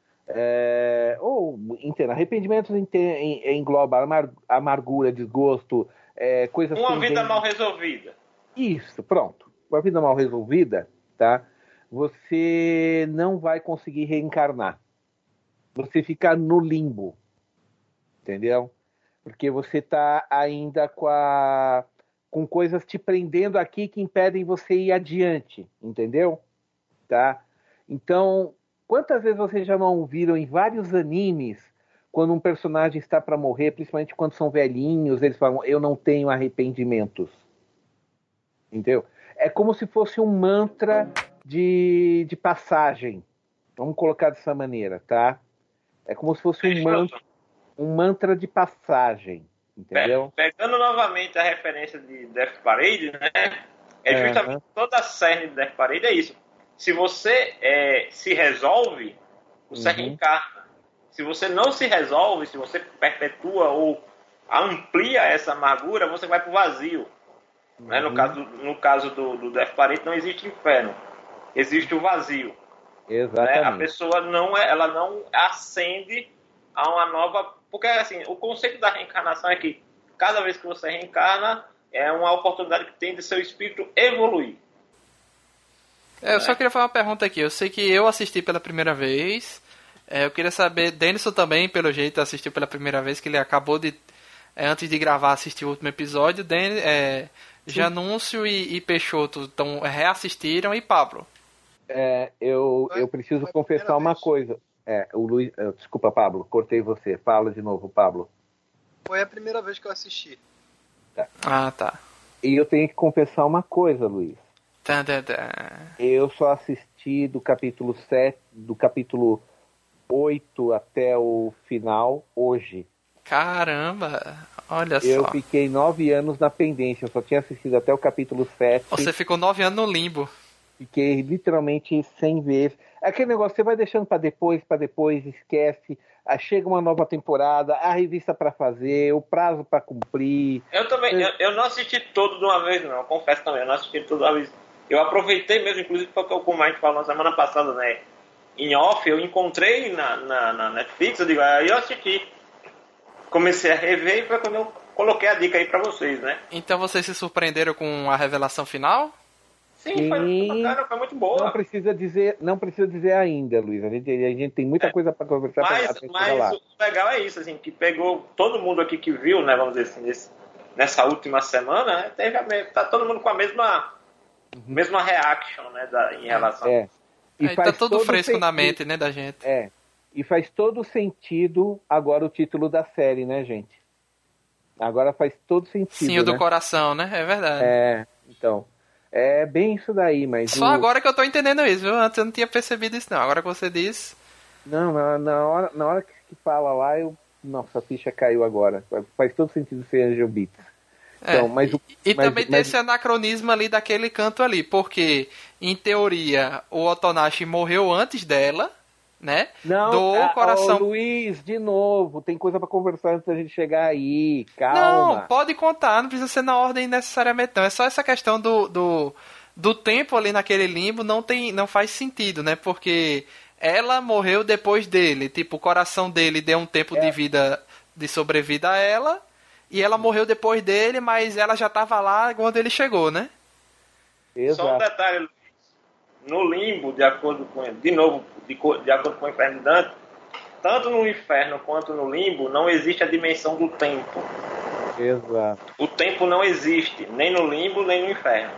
arrependimentos engloba amargura, desgosto, coisas... Uma vida mal resolvida. Isso, pronto. Uma vida mal resolvida, tá? Você não vai conseguir reencarnar. Você fica no limbo. Entendeu? Porque você está ainda com coisas te prendendo aqui que impedem você ir adiante, entendeu? Tá? Então, quantas vezes vocês já não viram em vários animes, quando um personagem está para morrer, principalmente quando são velhinhos, eles falam, eu não tenho arrependimentos. Entendeu? É como se fosse um mantra de passagem. Vamos colocar dessa maneira, tá? É como se fosse um mantra de passagem, entendeu? Pegando novamente a referência de Death Parade, né? É justamente toda a cerne de Death Parade é isso. Se você se resolve, você reencarna. Se você não se resolve, se você perpetua ou amplia essa amargura, você vai para o vazio. Né? No caso do Death Parade não existe inferno, existe o vazio. Exatamente. Né? A pessoa ela não ascende a uma nova... Porque assim, o conceito da reencarnação é que cada vez que você reencarna é uma oportunidade que tem de seu espírito evoluir. Eu só queria fazer uma pergunta aqui. Eu sei que eu assisti pela primeira vez. Eu queria saber, Denison também, pelo jeito, assistiu pela primeira vez, que ele acabou de, antes de gravar, assistir o último episódio. Janúncio e Peixoto reassistiram e Pablo. Eu preciso confessar uma coisa. O Luiz, desculpa, Pablo, cortei você. Fala de novo, Pablo. Foi a primeira vez que eu assisti. Tá. Ah, tá. E eu tenho que confessar uma coisa, Luiz. Eu só assisti do capítulo 7, do capítulo 8 até o final hoje. Caramba, olha só. Eu fiquei 9 anos na pendência, eu só tinha assistido até o capítulo 7. Você ficou 9 anos no limbo. Fiquei literalmente 100 vezes. Aquele negócio, você vai deixando pra depois, esquece. Aí chega uma nova temporada, a revista pra fazer, o prazo pra cumprir. Eu também, eu não assisti todo de uma vez, não. Eu confesso também, eu não assisti todo de uma vez. Eu aproveitei mesmo, inclusive, porque como a gente falou na semana passada, né? Em off, eu encontrei na Netflix, eu digo, aí eu assisti. Comecei a rever e foi quando eu coloquei a dica aí pra vocês, né? Então vocês se surpreenderam com a revelação final? Sim, foi bacana, foi muito boa. Não precisa dizer ainda, Luiz. A gente tem muita coisa para conversar. Mas o legal é isso, assim, que pegou todo mundo aqui que viu, né, vamos dizer assim, nessa última semana, né, tá todo mundo com a mesma reaction, né, em relação. E tá tudo fresco na mente, né, da gente. E faz todo sentido agora o título da série, né, gente? Agora faz todo sentido. Sim, o do coração, né? É verdade. Então. É bem isso daí, mas... Só agora que eu tô entendendo isso, viu? Antes eu não tinha percebido isso, não. Agora que você disse... Não, na hora que fala lá, nossa, a ficha caiu agora. Faz todo sentido ser Angel Beats. Então, também tem esse anacronismo ali daquele canto ali, porque, em teoria, o Otonashi morreu antes dela, né? Não, do coração... Luiz, de novo, tem coisa pra conversar antes da gente chegar aí, calma. Não, pode contar, não precisa ser na ordem necessariamente, não. É só essa questão do tempo ali naquele limbo, não faz sentido, né? Porque ela morreu depois dele, tipo, o coração dele deu um tempo de vida, de sobrevida a ela, e ela morreu depois dele, mas ela já tava lá quando ele chegou, né? Exato. Só um detalhe, Luiz. No limbo, de acordo com o Inferno de Dante, tanto no inferno quanto no limbo, não existe a dimensão do tempo. Exato. O tempo não existe, nem no limbo, nem no inferno.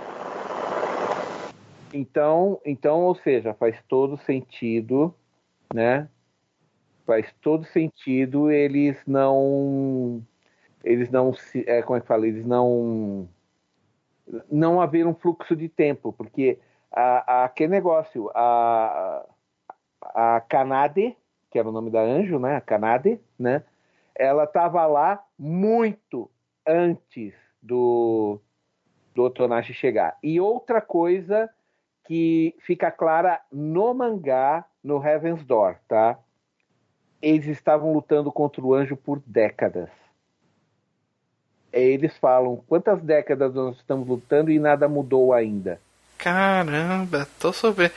Então, ou seja, faz todo sentido, né? Faz todo sentido eles não se, como é que fala? Eles não haver um fluxo de tempo, porque aquele negócio, a Kanade, que era o nome da anjo, né? A Kanade, né? Ela estava lá muito antes do Otonashi chegar. E outra coisa que fica clara no mangá, no Heaven's Door, tá? Eles estavam lutando contra o anjo por décadas. Eles falam, quantas décadas nós estamos lutando e nada mudou ainda. Caramba, tô surpreso.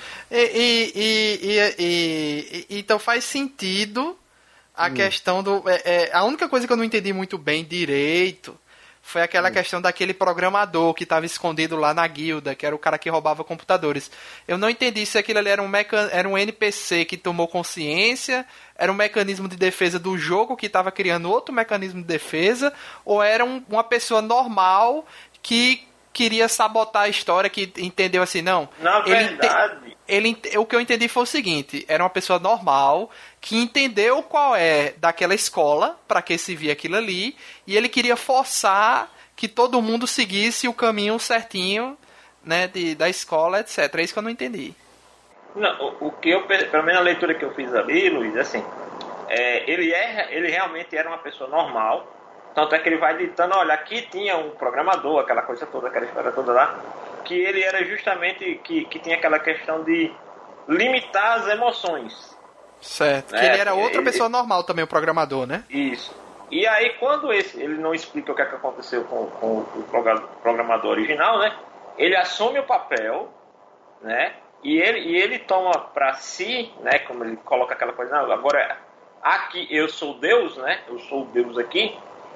Então faz sentido a questão do... a única coisa que eu não entendi muito bem direito foi aquela questão daquele programador que estava escondido lá na guilda, que era o cara que roubava computadores. Eu não entendi se aquilo ali era um NPC que tomou consciência, era um mecanismo de defesa do jogo que estava criando outro mecanismo de defesa, ou era uma pessoa normal que queria sabotar a história, que entendeu assim, não. Na verdade... O que eu entendi foi o seguinte, era uma pessoa normal, que entendeu qual é daquela escola, para que se via aquilo ali, e ele queria forçar que todo mundo seguisse o caminho certinho, né, da escola, etc. É isso que eu não entendi. Não, o que pelo menos a leitura que eu fiz ali, Luiz, assim, ele realmente era uma pessoa normal. Tanto é que ele vai ditando, olha, aqui tinha um programador, aquela coisa toda, aquela história toda lá, que ele era justamente, que tinha aquela questão de limitar as emoções. Certo, né? Que ele era outra pessoa normal também, o programador, né? Isso. E aí, quando ele não explica o que aconteceu com o programador original, né? Ele assume o papel, né? E ele toma para si, né? Como ele coloca aquela coisa, não, agora, aqui eu sou Deus, né? Eu sou Deus aqui.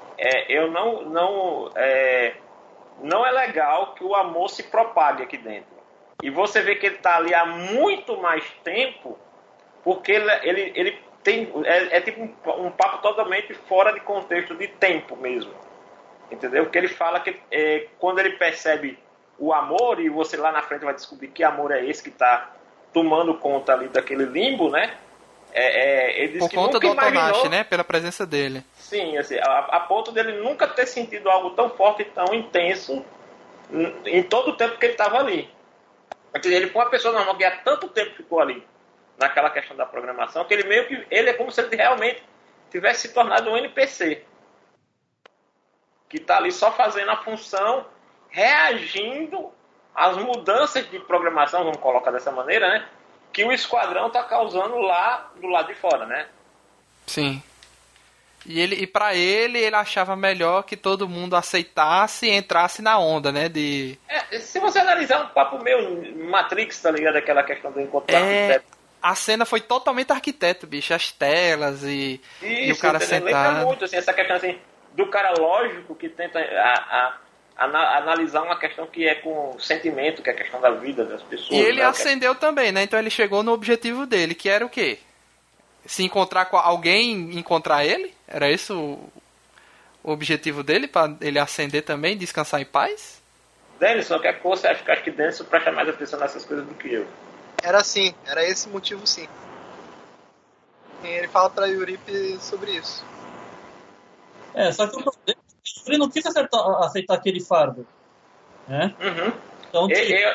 Não é legal que o amor se propague aqui dentro. E você vê que ele está ali há muito mais tempo, porque ele tem... É tipo um papo totalmente fora de contexto de tempo mesmo. Entendeu? Porque ele fala que quando ele percebe o amor, e você lá na frente vai descobrir que amor é esse que está tomando conta ali daquele limbo, né? Ele diz Por que conta nunca do imaginou, Otonashi, né? Pela presença dele. Sim, assim, a ponto dele nunca ter sentido algo tão forte e tão intenso em todo o tempo que ele estava ali. Ele foi uma pessoa normal que há tanto tempo ficou ali naquela questão da programação, que ele é como se ele realmente tivesse se tornado um NPC que está ali só fazendo a função, reagindo às mudanças de programação, vamos colocar dessa maneira, né? Que o esquadrão está causando lá do lado de fora, né? Sim. E pra ele achava melhor que todo mundo aceitasse e entrasse na onda, né? Se você analisar um papo meio Matrix, tá ligado? Aquela questão do encontro do arquiteto. A cena foi totalmente arquiteto, bicho. As telas e o cara sentado. Lembra muito, assim, essa questão assim, do cara lógico que tenta analisar uma questão que é com sentimento, que é a questão da vida das pessoas. E ele né? acendeu também, né? Então ele chegou no objetivo dele, que era o quê? Se encontrar com alguém, encontrar ele? Era esse o objetivo dele, pra ele acender também, descansar em paz? Denison, quer que você acha que Denison presta mais atenção nessas coisas do que eu? Era assim, era esse motivo sim. E ele fala pra Yuripe sobre isso. Só que o problema é que Yuri não quis aceitar aquele fardo. Né? Uhum. Então,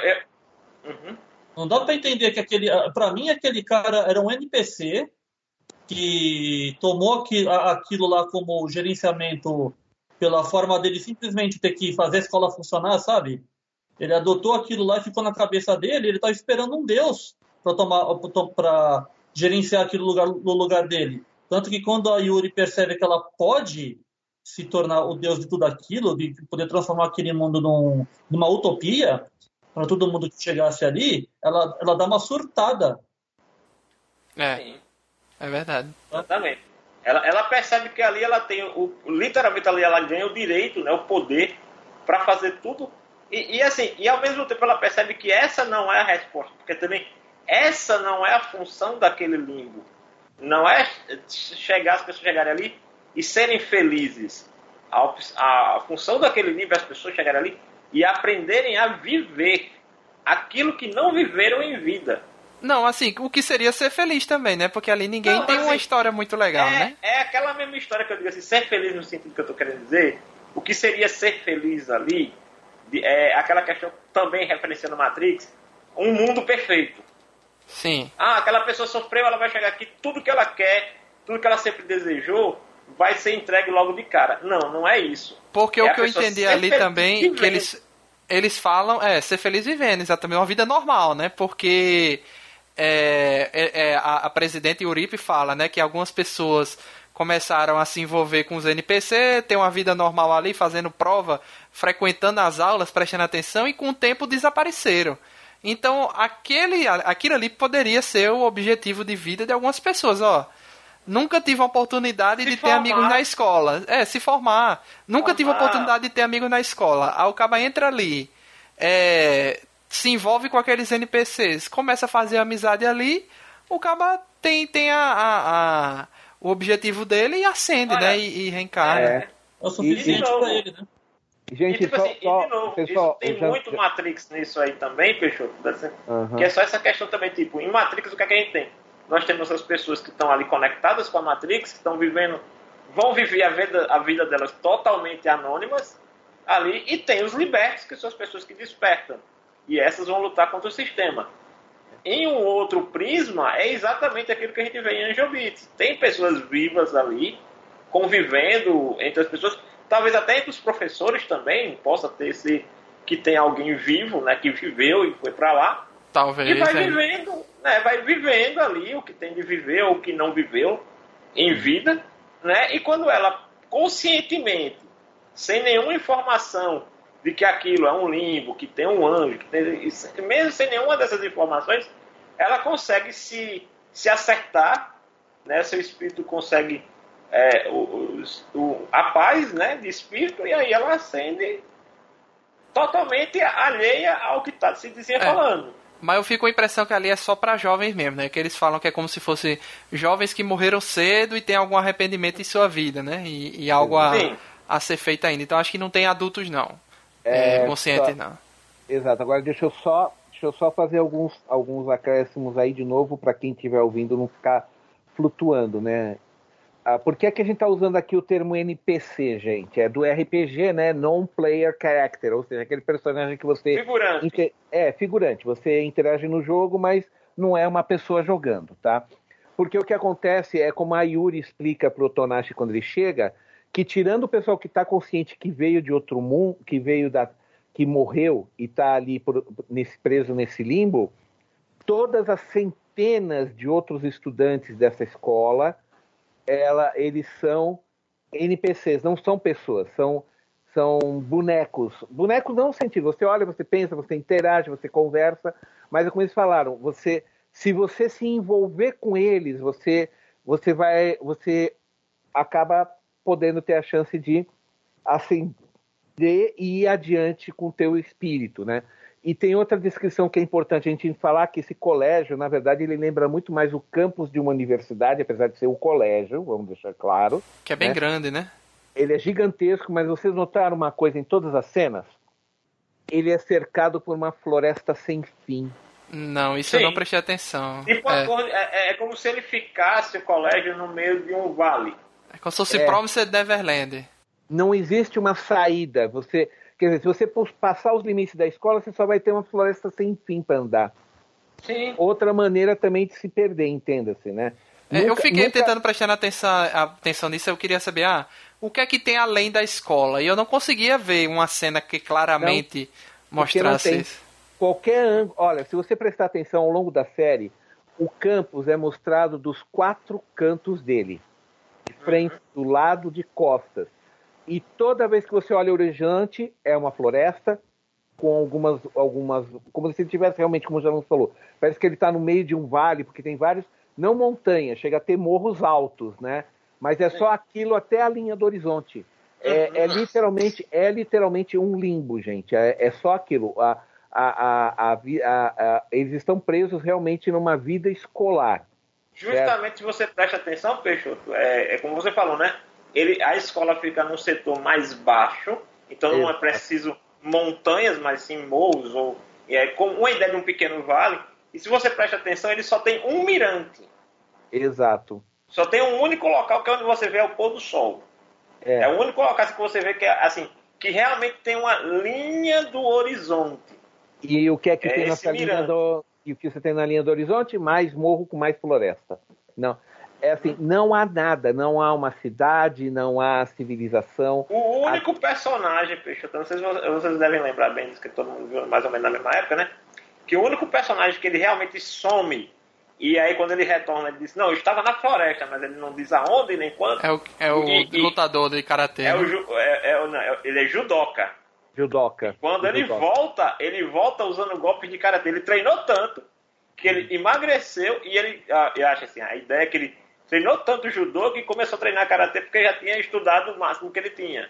não dá pra entender que pra mim aquele cara era um NPC que tomou aquilo lá como gerenciamento pela forma dele simplesmente ter que fazer a escola funcionar, sabe? Ele adotou aquilo lá e ficou na cabeça dele, ele tá esperando um deus para gerenciar aquilo no lugar dele. Tanto que quando a Yuri percebe que ela pode se tornar o deus de tudo aquilo, de poder transformar aquele mundo numa utopia, para todo mundo que chegasse ali, ela dá uma surtada. Sim. É verdade. Exatamente. Ela percebe que ali ela tem literalmente ali ela ganha o direito, né, o poder para fazer tudo e ao mesmo tempo ela percebe que essa não é a resposta, porque também essa não é a função daquele limbo. Não é as pessoas chegarem ali e serem felizes. A função daquele limbo é as pessoas chegarem ali e aprenderem a viver aquilo que não viveram em vida. Não, assim, o que seria ser feliz também, né? Porque ali ninguém tem uma história muito legal, né? É aquela mesma história que eu digo assim, ser feliz no sentido que eu tô querendo dizer. O que seria ser feliz ali, aquela questão também referenciando Matrix, um mundo perfeito. Sim. Aquela pessoa sofreu, ela vai chegar aqui, tudo que ela quer, tudo que ela sempre desejou, vai ser entregue logo de cara. Não é isso. Porque o que eu entendi ali também, vivendo. que eles falam, ser feliz vivendo, exatamente, uma vida normal, né? Porque a presidente Yuripe fala, né, que algumas pessoas começaram a se envolver com os NPC, ter uma vida normal ali, fazendo prova, frequentando as aulas, prestando atenção, e com o tempo desapareceram. Então, aquilo ali poderia ser o objetivo de vida de algumas pessoas, ó. Nunca tive a oportunidade de ter amigos na escola. Se formar. Nunca tive a oportunidade de ter amigos na escola. Aí o cara entra ali, se envolve com aqueles NPCs, começa a fazer amizade ali, o cara tem o objetivo dele e acende, né? E reencarna. É o suficiente pra ele, né? Gente, de novo, pessoal, tem muito Matrix nisso aí também, Peixoto, que é só essa questão também, tipo, em Matrix o que é que a gente tem? Nós temos as pessoas que estão ali conectadas com a Matrix, que vão viver a vida delas totalmente anônimas ali, e tem os libertos, que são as pessoas que despertam. E essas vão lutar contra o sistema. Em um outro prisma, é exatamente aquilo que a gente vê em Angel Beats. Tem pessoas vivas ali, convivendo entre as pessoas, talvez até entre os professores também, possa ter que tem alguém vivo, né, que viveu e foi para lá. Talvez. E vai vivendo ali o que tem de viver ou o que não viveu em vida, né? E quando ela conscientemente, sem nenhuma informação de que aquilo é um limbo, que tem um anjo, mesmo sem nenhuma dessas informações, ela consegue se acertar, né? Seu espírito consegue a paz, né, de espírito, e aí ela acende totalmente alheia ao que está se desenrolando. Mas eu fico com a impressão que ali é só para jovens mesmo, né? Que eles falam que é como se fossem jovens que morreram cedo e tem algum arrependimento em sua vida, né? E algo a ser feita ainda. Então acho que não tem adultos não, conscientes não. Exato. Agora deixa eu só fazer alguns acréscimos aí de novo para quem estiver ouvindo não ficar flutuando, né? Por que é que a gente está usando aqui o termo NPC, gente? É do RPG, né? Non-Player Character, ou seja, aquele personagem que você... Figurante. Figurante. Você interage no jogo, mas não é uma pessoa jogando, tá? Porque o que acontece é, como a Yuri explica pro Otonashi quando ele chega, que tirando o pessoal que está consciente que veio de outro mundo, que morreu e está ali preso nesse limbo, todas as centenas de outros estudantes dessa escola, eles são NPCs, não são pessoas, são bonecos. Bonecos não no sentido, você olha, você pensa, você interage, você conversa, mas é como eles falaram, se você se envolver com eles, você acaba podendo ter a chance de ascender e ir adiante com o teu espírito, né? E tem outra descrição que é importante a gente falar, que esse colégio, na verdade, ele lembra muito mais o campus de uma universidade, apesar de ser um colégio, vamos deixar claro. Que é bem grande, né? Ele é gigantesco, mas vocês notaram uma coisa em todas as cenas? Ele é cercado por uma floresta sem fim. Não, isso eu não prestei atenção. Tipo, é como se ele ficasse, o colégio, no meio de um vale. É como se fosse Promised Neverland. Não existe uma saída. Quer dizer, se você passar os limites da escola, você só vai ter uma floresta sem fim para andar. Sim. Outra maneira também de se perder, entenda-se, né? Eu fiquei tentando prestar atenção nisso, eu queria saber, o que é que tem além da escola? E eu não conseguia ver uma cena que claramente mostrasse isso. Qualquer ângulo. Olha, se você prestar atenção ao longo da série, o campus é mostrado dos 4 cantos dele. De frente, do lado, de costas. E toda vez que você olha o horizonte, é uma floresta com algumas como se ele tivesse realmente, como o Janus falou, parece que ele está no meio de um vale, porque tem vários, não montanhas, chega a ter morros altos, né? Mas é só aquilo até a linha do horizonte. É literalmente um limbo, gente. É só aquilo. Eles estão presos realmente numa vida escolar. Justamente se você presta atenção, Peixoto, é como você falou, né? A escola fica num setor mais baixo, então não é preciso montanhas, mas sim morros, como uma ideia de um pequeno vale. E se você presta atenção, ele só tem um mirante. Exato. Só tem um único local que é onde você vê o pôr do sol. É o único local que você vê que que realmente tem uma linha do horizonte. E o que é que tem nessa linha e o que você tem na linha do horizonte? Mais morro com mais floresta. Não. É assim, não há nada, não há uma cidade, não há civilização. O único personagem, Peixoto, não sei se vocês devem lembrar bem disso, que todo mundo viu mais ou menos na mesma época, né? Que o único personagem que ele realmente some, e aí quando ele retorna, ele diz, não, eu estava na floresta, mas ele não diz aonde nem quando. É o lutador de karatê. Ele é judoca. Quando ele volta usando golpes de karatê. Ele treinou tanto que ele emagreceu e eu acho assim, a ideia é que ele treinou tanto judô que começou a treinar karatê porque já tinha estudado o máximo que ele tinha.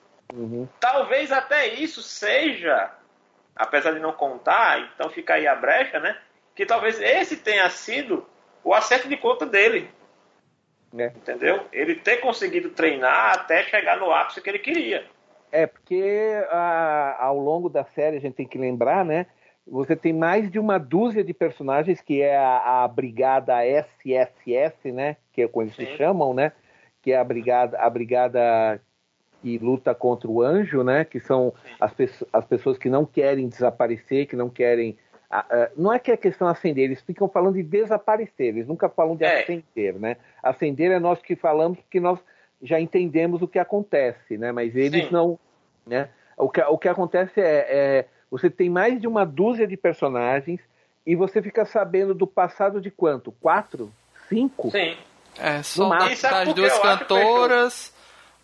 Talvez até isso seja, apesar de não contar, então fica aí a brecha, né? Que talvez esse tenha sido o acerto de conta dele. Entendeu? Ele ter conseguido treinar até chegar no ápice que ele queria. Porque ao longo da série a gente tem que lembrar, né? Você tem mais de uma dúzia de personagens, que é a brigada SSS, né? Que é como eles se chamam, né? Que é a brigada que luta contra o anjo, né? Que são as pessoas que não querem desaparecer, que não querem... não é que é questão de acender, eles ficam falando de desaparecer, eles nunca falam de acender, né? Acender é nós que falamos, porque nós já entendemos o que acontece, né? Mas eles não... né? O que acontece você tem mais de uma dúzia de personagens e você fica sabendo do passado de quanto? 4? 5? Sim. Só das 2 cantoras,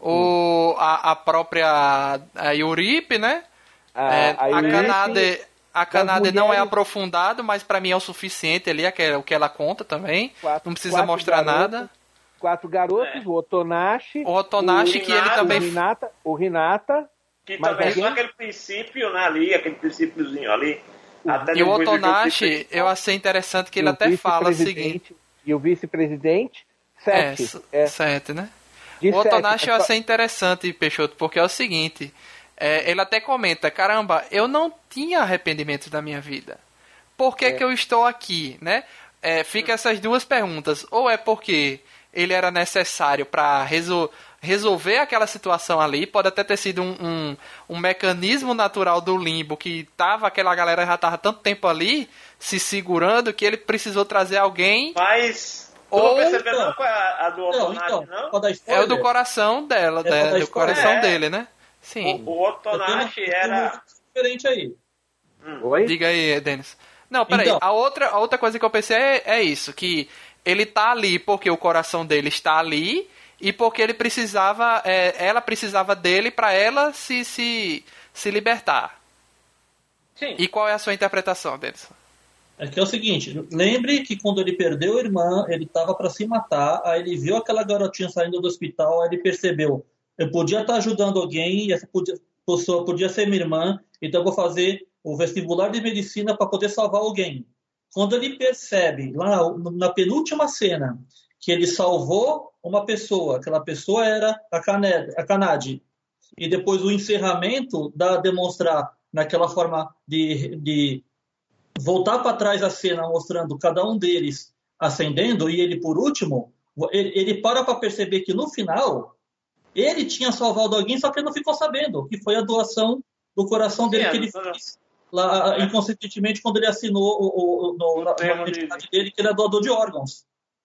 a própria Yuripe, né? A Kanade não é aprofundado, mas pra mim é o suficiente ali, é o que ela conta também. Não precisa mostrar nada. 4 garotos, o Otonashi, que ele também... o Hinata, que também só aquele princípio, né, ali, aquele princípiozinho ali. E o Otonashi, eu achei interessante que ele até fala o seguinte... E o vice-presidente, 7. 7, né? O Otonashi eu achei interessante, Peixoto, porque é o seguinte, ele até comenta, caramba, eu não tinha arrependimentos da minha vida. Por que que eu estou aqui, né? Fica essas duas perguntas. Ou é porque ele era necessário para resolver aquela situação ali, pode até ter sido um mecanismo natural do limbo, que aquela galera já estava tanto tempo ali, se segurando, que ele precisou trazer alguém... Mas... Ou percebeu não foi a do Otonashi, não? É o do coração dela, do coração dele, né? Sim. O Otonashi era... diferente aí. Oi? Diga aí, Denis. Não, peraí. Então. A outra coisa que eu pensei é isso, que ele tá ali porque o coração dele está ali e porque ele precisava, ela precisava dele para ela se libertar. Sim. E qual é a sua interpretação, Denis? É que é o seguinte, lembre que quando ele perdeu a irmã, ele estava para se matar, aí ele viu aquela garotinha saindo do hospital, aí ele percebeu, eu podia estar ajudando alguém, e essa pessoa podia ser minha irmã, então eu vou fazer o vestibular de medicina para poder salvar alguém. Quando ele percebe, lá na penúltima cena, que ele salvou uma pessoa, aquela pessoa era a Kanade, e depois o encerramento dá a demonstrar naquela forma de voltar para trás a cena mostrando cada um deles ascendendo e ele por último, ele para perceber que no final ele tinha salvado alguém, só que ele não ficou sabendo, que foi a doação do coração dele que ele fez lá inconscientemente quando ele assinou na identidade dele que ele é doador de órgãos.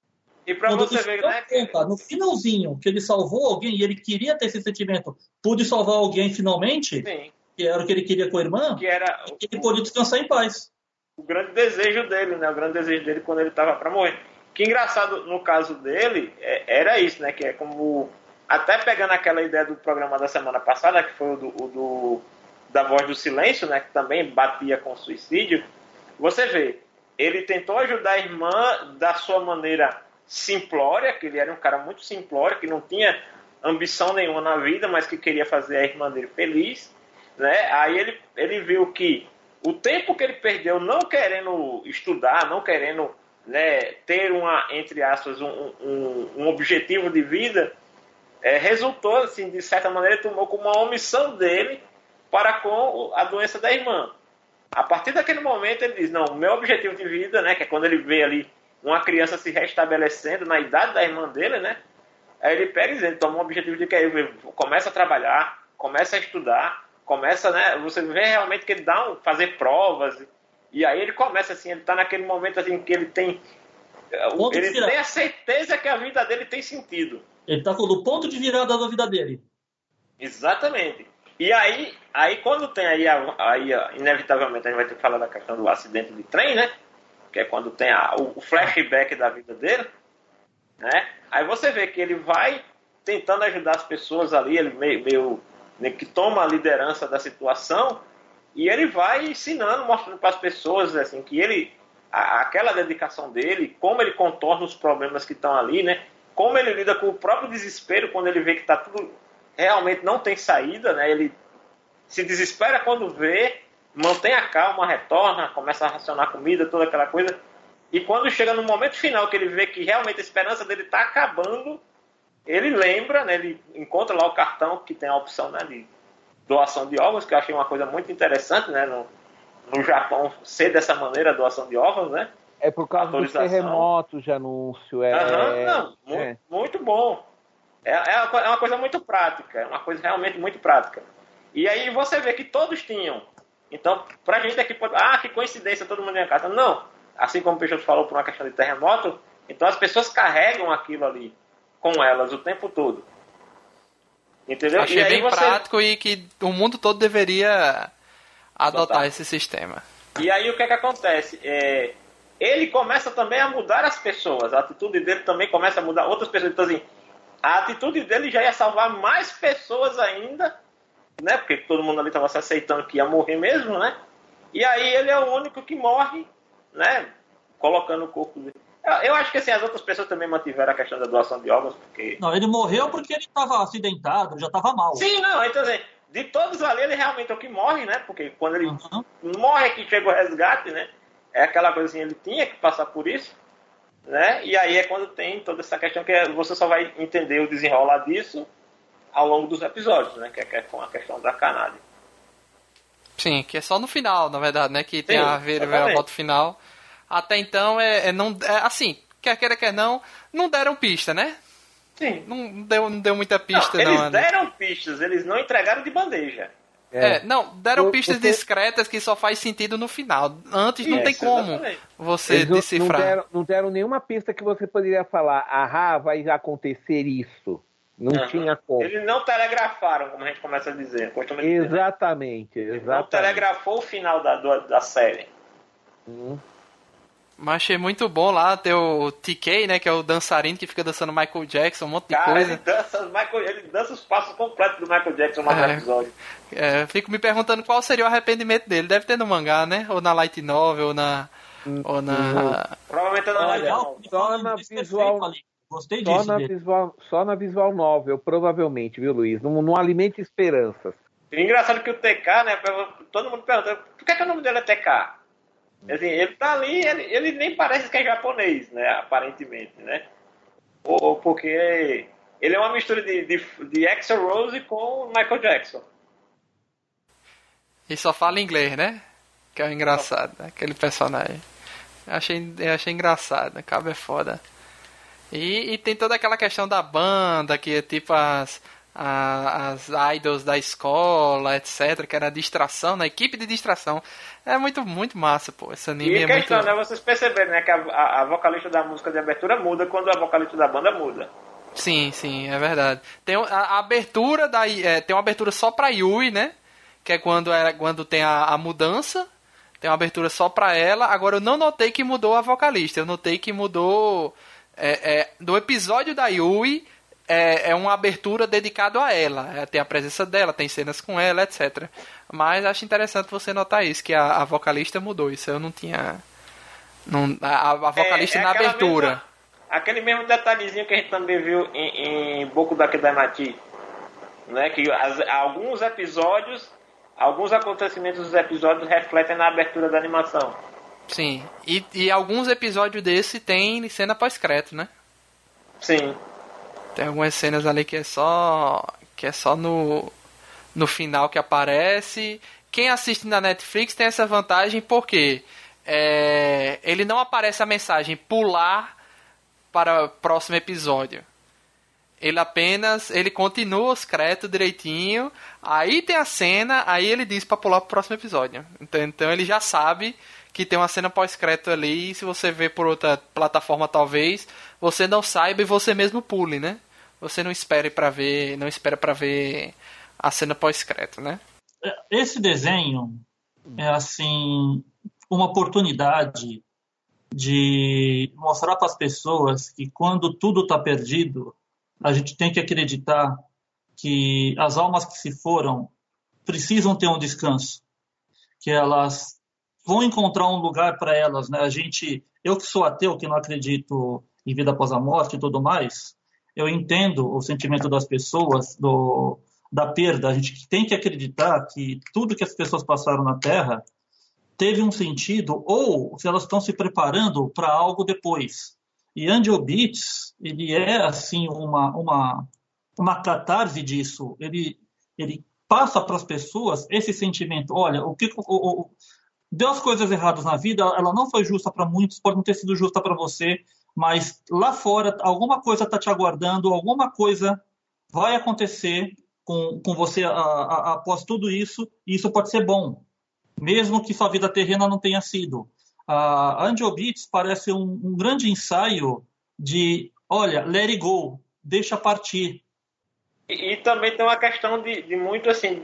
E para você ver, né? No finalzinho, que ele salvou alguém e ele queria ter esse sentimento, pude salvar alguém finalmente, Sim. Que era o que ele queria com a irmã, Que era ele pôde descansar em paz. O grande desejo dele, né? O grande desejo dele quando ele estava para morrer. Que engraçado no caso dele era isso, né? Que é como até pegando aquela ideia do programa da semana passada, que foi o da Voz do Silêncio, né? Que também batia com suicídio. Você vê, ele tentou ajudar a irmã da sua maneira simplória, que ele era um cara muito simplório, que não tinha ambição nenhuma na vida, mas que queria fazer a irmã dele feliz, né? Aí ele viu que o tempo que ele perdeu não querendo estudar, não querendo, né, ter entre aspas, um objetivo de vida, resultou, assim, de certa maneira, tomou como uma omissão dele para com a doença da irmã. A partir daquele momento ele diz, não, o meu objetivo de vida, né, que é quando ele vê ali uma criança se restabelecendo na idade da irmã dele, né, aí ele pega e diz, ele toma um objetivo de que ele começa a trabalhar, começa a estudar, começa, né, você vê realmente que ele fazer provas, e aí ele começa assim, ele está naquele momento assim que ele tem a certeza que a vida dele tem sentido. Ele está no ponto de virada da vida dele. Exatamente. E aí quando tem aí inevitavelmente a gente vai ter que falar da questão do acidente de trem, né, que é quando tem o flashback da vida dele, né, aí você vê que ele vai tentando ajudar as pessoas ali, ele meio que toma a liderança da situação e ele vai ensinando, mostrando para as pessoas assim, que aquela dedicação dele, como ele contorna os problemas que estão ali, né? Como ele lida com o próprio desespero quando ele vê que tá tudo realmente não tem saída, né? Ele se desespera quando vê, mantém a calma, retorna, começa a racionar comida, toda aquela coisa. E quando chega no momento final que ele vê que realmente a esperança dele está acabando, ele lembra, né, ele encontra lá o cartão que tem a opção, né, de doação de órgãos, que eu achei uma coisa muito interessante, né, no Japão ser dessa maneira a doação de órgãos, né? É por causa dos terremotos de anúncio. Muito bom. É uma coisa muito prática, é uma coisa realmente muito prática. E aí você vê que todos tinham. Então, pra gente aqui, que coincidência, todo mundo tem a carta. Não, assim como o Peixoto falou por uma questão de terremoto, então as pessoas carregam aquilo ali com elas o tempo todo. Entendeu? Achei bem prático e que o mundo todo deveria adotar esse sistema. E aí o que acontece? Ele começa também a mudar as pessoas. A atitude dele também começa a mudar outras pessoas. Então, assim, a atitude dele já ia salvar mais pessoas ainda, né? Porque todo mundo ali estava se aceitando que ia morrer mesmo, né? E aí ele é o único que morre, né? Colocando o corpo dele. Eu acho que assim, as outras pessoas também mantiveram a questão da doação de órgãos, porque... Não, ele morreu porque ele estava acidentado, já estava mal. Sim, não, então assim, de todos ali, ele realmente é o que morre, né? Porque quando ele morre é que chega o resgate, né? É aquela coisa assim, ele tinha que passar por isso. né? E aí é quando tem toda essa questão que você só vai entender o desenrolar disso ao longo dos episódios, né? Que é com a questão da Kanade. Sim, que é só no final, na verdade, né? Que tem a volta final. Até então, assim, quer queira, quer não deram pista, né? Sim. Não deu muita pista, não. Eles deram pistas, eles não entregaram de bandeja. Deram pistas discretas que só faz sentido no final. Antes não tem como você decifrar. Não deram nenhuma pista que você poderia falar, vai acontecer isso. Não tinha como. Eles não telegrafaram, como a gente começa a dizer. Exatamente. Não telegrafou o final da série. Mas achei muito bom lá ter o TK, né? Que é o dançarino que fica dançando Michael Jackson, um monte de coisa. Ele dança os passos completos do Michael Jackson no episódio. Fico me perguntando qual seria o arrependimento dele. Deve ter no mangá, né? Ou na light novel, Provavelmente na light novel. Só na visual. Gostei disso. Só na visual novel, provavelmente, viu, Luiz? Não alimente esperanças. E engraçado que o TK, né? Todo mundo pergunta, por que o nome dele é TK? Assim, ele tá ali, ele nem parece que é japonês, né? Aparentemente, né? Ou porque ele é uma mistura de Axl Rose com Michael Jackson. E só fala inglês, né? Que é o engraçado, né? Aquele personagem. Eu achei engraçado, né? Cabo é foda. E tem toda aquela questão da banda, que é tipo as idols da escola, etc, que era a distração, na equipe de distração. É muito, muito massa, pô. Esse anime é questão, muito... né? Vocês perceberam, né? Que a vocalista da música de abertura muda quando a vocalista da banda muda. Sim, é verdade. Tem a abertura tem uma abertura só pra Yui, né? Que é quando tem a mudança. Tem uma abertura só pra ela. Agora eu não notei que mudou a vocalista. Eu notei que mudou... do episódio da Yui é uma abertura dedicada a ela, tem a presença dela, tem cenas com ela, etc. Mas acho interessante você notar isso, que a vocalista mudou. Isso eu não tinha a vocalista na abertura aquele mesmo detalhezinho que a gente também viu em Boku da Kedamachi, né? Que alguns acontecimentos dos episódios refletem na abertura da animação. Sim, e alguns episódios desse tem cena pós-crédito, né? Sim. Tem algumas cenas ali que é só no final que aparece. Quem assiste na Netflix tem essa vantagem porque ele não aparece a mensagem pular para o próximo episódio. Ele continua os créditos direitinho, aí tem a cena, aí ele diz para pular para o próximo episódio. Então ele já sabe que tem uma cena pós-crédito ali, e se você vê por outra plataforma talvez, você não saiba e você mesmo pule, né? Você não espera para ver a cena pós-crédito, né? Esse desenho é assim uma oportunidade de mostrar para as pessoas que quando tudo está perdido, a gente tem que acreditar que as almas que se foram precisam ter um descanso, que elas vão encontrar um lugar para elas, né? Eu que sou ateu, que não acredito em vida após a morte e tudo mais, eu entendo o sentimento das pessoas da perda. A gente tem que acreditar que tudo que as pessoas passaram na Terra teve um sentido, ou se elas estão se preparando para algo depois. E Angel Beats, ele é assim uma catarse disso. Ele passa para as pessoas esse sentimento. Olha, deu as coisas erradas na vida, ela não foi justa para muitos, pode não ter sido justa para você, mas lá fora alguma coisa está te aguardando, alguma coisa vai acontecer com você após tudo isso, e isso pode ser bom, mesmo que sua vida terrena não tenha sido. A Angel Beats parece um grande ensaio de, olha, let it go, deixa partir. E também tem uma questão de muito assim,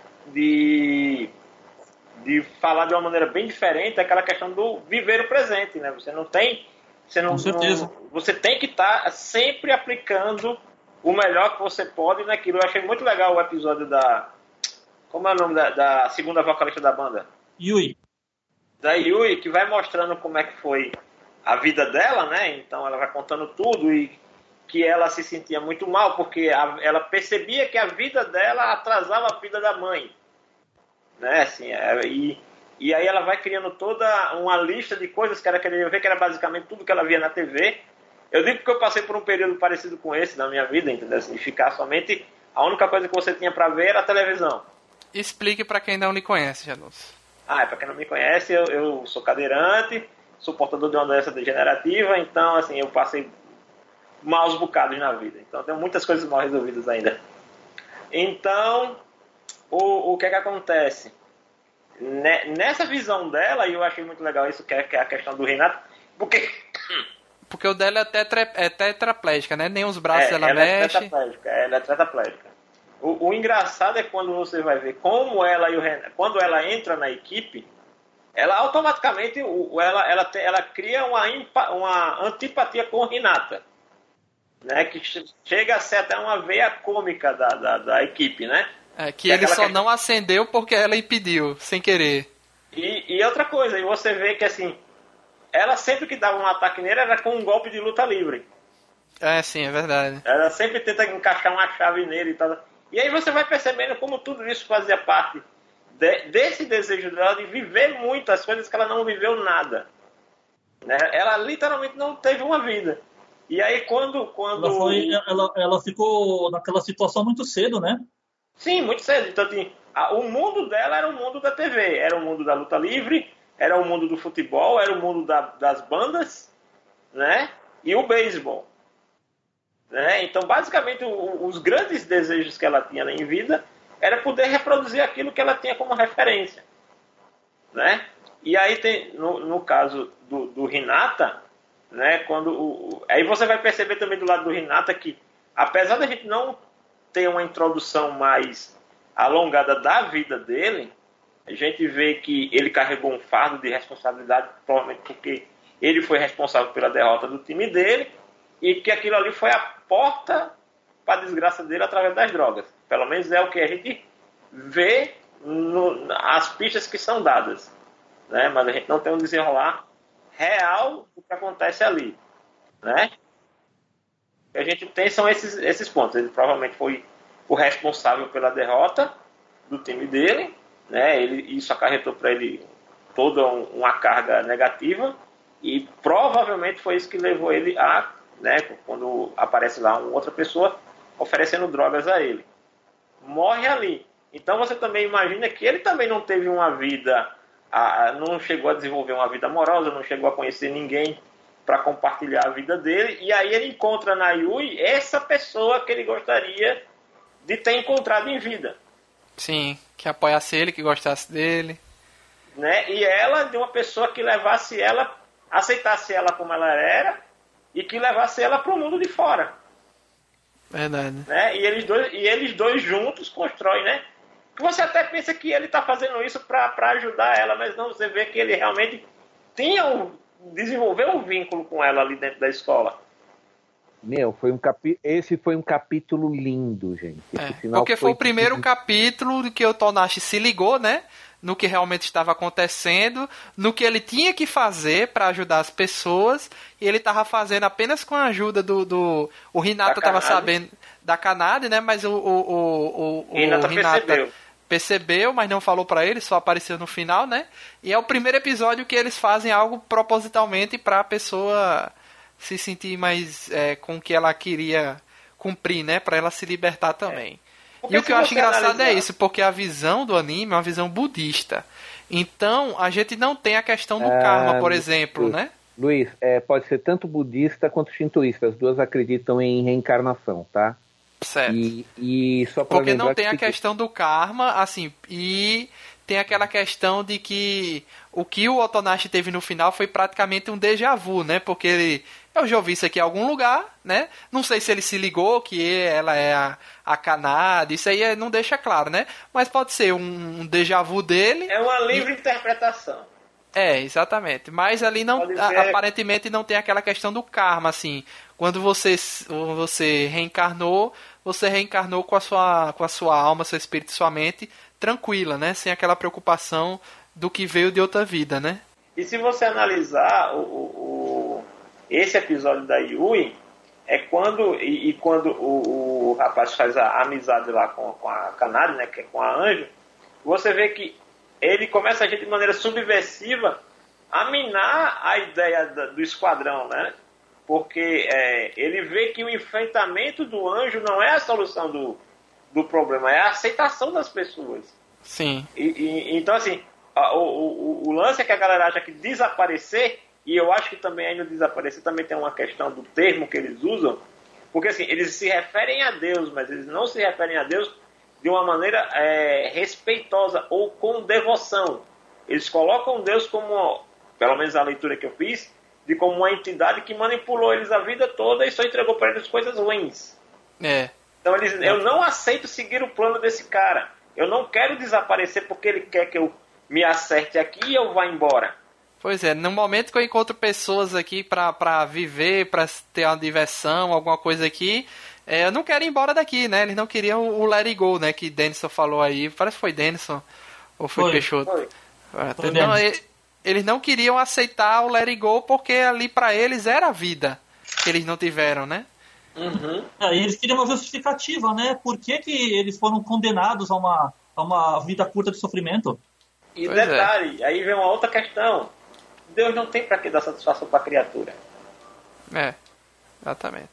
de falar de uma maneira bem diferente, aquela questão do viver o presente, né? Com certeza. Você tem que estar sempre aplicando o melhor que você pode naquilo. Eu achei muito legal o episódio como é o nome da segunda vocalista da banda? Yui. Da Yui, que vai mostrando como é que foi a vida dela, né? Então ela vai contando tudo e que ela se sentia muito mal porque ela percebia que a vida dela atrasava a vida da mãe, né? Assim, E aí ela vai criando toda uma lista de coisas que ela queria ver, que era basicamente tudo que ela via na TV. Eu digo porque eu passei por um período parecido com esse na minha vida, entendeu? Assim, de ficar somente... A única coisa que você tinha pra ver era a televisão. Explique pra quem não lhe conhece, Janus. Pra quem não me conhece, eu sou cadeirante, sou portador de uma doença degenerativa, então, assim, eu passei maus bocados na vida. Então, tenho muitas coisas mal resolvidas ainda. Então, o que é que acontece? Nessa visão dela, e eu achei muito legal isso, que é a questão do Renato, porque o dela é tetraplégica, né? Nem os braços ela mexe. Ela é tetraplégica. O engraçado é quando você vai ver como ela e o Renato, quando ela entra na equipe, ela automaticamente ela cria uma antipatia com o Renata, né? Que chega a ser até uma veia cômica da equipe, né? Que ele só não acendeu porque ela impediu, sem querer. E outra coisa, e você vê que assim, ela sempre que dava um ataque nele era com um golpe de luta livre. Sim, é verdade. Ela sempre tenta encaixar uma chave nele e tal. E aí você vai percebendo como tudo isso fazia parte desse desejo dela de viver muito as coisas que ela não viveu nada. Né? Ela literalmente não teve uma vida. E aí quando... Ela ficou naquela situação muito cedo, né? Sim, muito cedo. Então, assim, o mundo dela era o mundo da TV, era o mundo da luta livre, era o mundo do futebol, era o mundo das bandas, né? E o beisebol. Né? Então, basicamente, os grandes desejos que ela tinha em vida era poder reproduzir aquilo que ela tinha como referência. Né? E aí, no caso do Renata, né, aí você vai perceber também do lado do Renata que, apesar da gente não ter uma introdução mais alongada da vida dele, a gente vê que ele carregou um fardo de responsabilidade, provavelmente porque ele foi responsável pela derrota do time dele, e que aquilo ali foi a porta para a desgraça dele através das drogas. Pelo menos é o que a gente vê as pistas que são dadas. Né? Mas a gente não tem um desenrolar real do que acontece ali. Né? O que a gente tem são esses pontos. Ele provavelmente foi o responsável pela derrota do time dele. Né? Isso acarretou para ele toda uma carga negativa. E provavelmente foi isso que levou ele a... Né, quando aparece lá uma outra pessoa oferecendo drogas a ele. Morre ali. Então você também imagina que ele também não teve uma vida, não chegou a desenvolver uma vida amorosa, não chegou a conhecer ninguém para compartilhar a vida dele, e aí ele encontra na Yui essa pessoa que ele gostaria de ter encontrado em vida. Sim, que apoiasse ele, que gostasse dele. Né? E ela de uma pessoa que levasse ela, aceitasse ela como ela era, e que levasse ela para o mundo de fora. Verdade. Né? E eles dois juntos constroem, né? Que você até pensa que ele está fazendo isso para ajudar ela, mas não, você vê que ele realmente desenvolveu um vínculo com ela ali dentro da escola. Esse foi um capítulo lindo, gente. Porque foi o primeiro capítulo que o Tonashi se ligou, né? No que realmente estava acontecendo, no que ele tinha que fazer para ajudar as pessoas, e ele estava fazendo apenas com a ajuda do o Renata estava sabendo da Kanade, né? Mas o Renata percebeu, mas não falou para ele, só apareceu no final, né? E é o primeiro episódio que eles fazem algo propositalmente para a pessoa se sentir mais com o que ela queria cumprir, né? Para ela se libertar também. E o que eu acho engraçado é isso, porque a visão do anime é uma visão budista. Então, a gente não tem a questão do karma, por exemplo, né? Luiz, pode ser tanto budista quanto shintoísta. As duas acreditam em reencarnação, tá? Certo. E só pra porque não tem a questão do karma, assim, e tem aquela questão de que o que o Otonashi teve no final foi praticamente um déjà vu, né? Porque eu já ouvi isso aqui em algum lugar, né? Não sei se ele se ligou que ela é a Kanade, isso aí não deixa claro, né? Mas pode ser um déjà vu dele. É uma livre interpretação. Exatamente. Mas ali não, aparentemente não tem aquela questão do karma, assim. Quando você reencarnou, você reencarnou com a sua alma, seu espírito, sua mente tranquila, né? Sem aquela preocupação do que veio de outra vida, né? E se você analisar esse episódio da Yui, é quando o rapaz faz a amizade lá com a Kanade, né, que é com a Anjo, você vê que ele começa a agir de maneira subversiva a minar a ideia do esquadrão, né? Porque ele vê que o enfrentamento do anjo não é a solução do problema, é a aceitação das pessoas. Sim. Então, assim, o lance é que a galera acha que desaparecer, e eu acho que também aí no desaparecer também tem uma questão do termo que eles usam, porque assim, eles se referem a Deus, mas eles não se referem a Deus de uma maneira respeitosa ou com devoção. Eles colocam Deus como, pelo menos a leitura que eu fiz, de como uma entidade que manipulou eles a vida toda e só entregou para eles coisas ruins. Então eu não aceito seguir o plano desse cara. Eu não quero desaparecer porque ele quer que eu me acerte aqui e eu vá embora. Pois é, no momento que eu encontro pessoas aqui pra viver, pra ter uma diversão, alguma coisa aqui, eu não quero ir embora daqui, né? Eles não queriam o Let It Go, né? Que Denison falou aí. Parece que foi Denison ou foi Peixoto. Foi. Não, eles não queriam aceitar o Let It Go porque ali pra eles era a vida que eles não tiveram, né? Uhum. E eles queriam uma justificativa, né? Por que eles foram condenados a uma vida curta de sofrimento? E Pois detalhe, aí vem uma outra questão. Deus não tem para que dar satisfação para a criatura. Exatamente.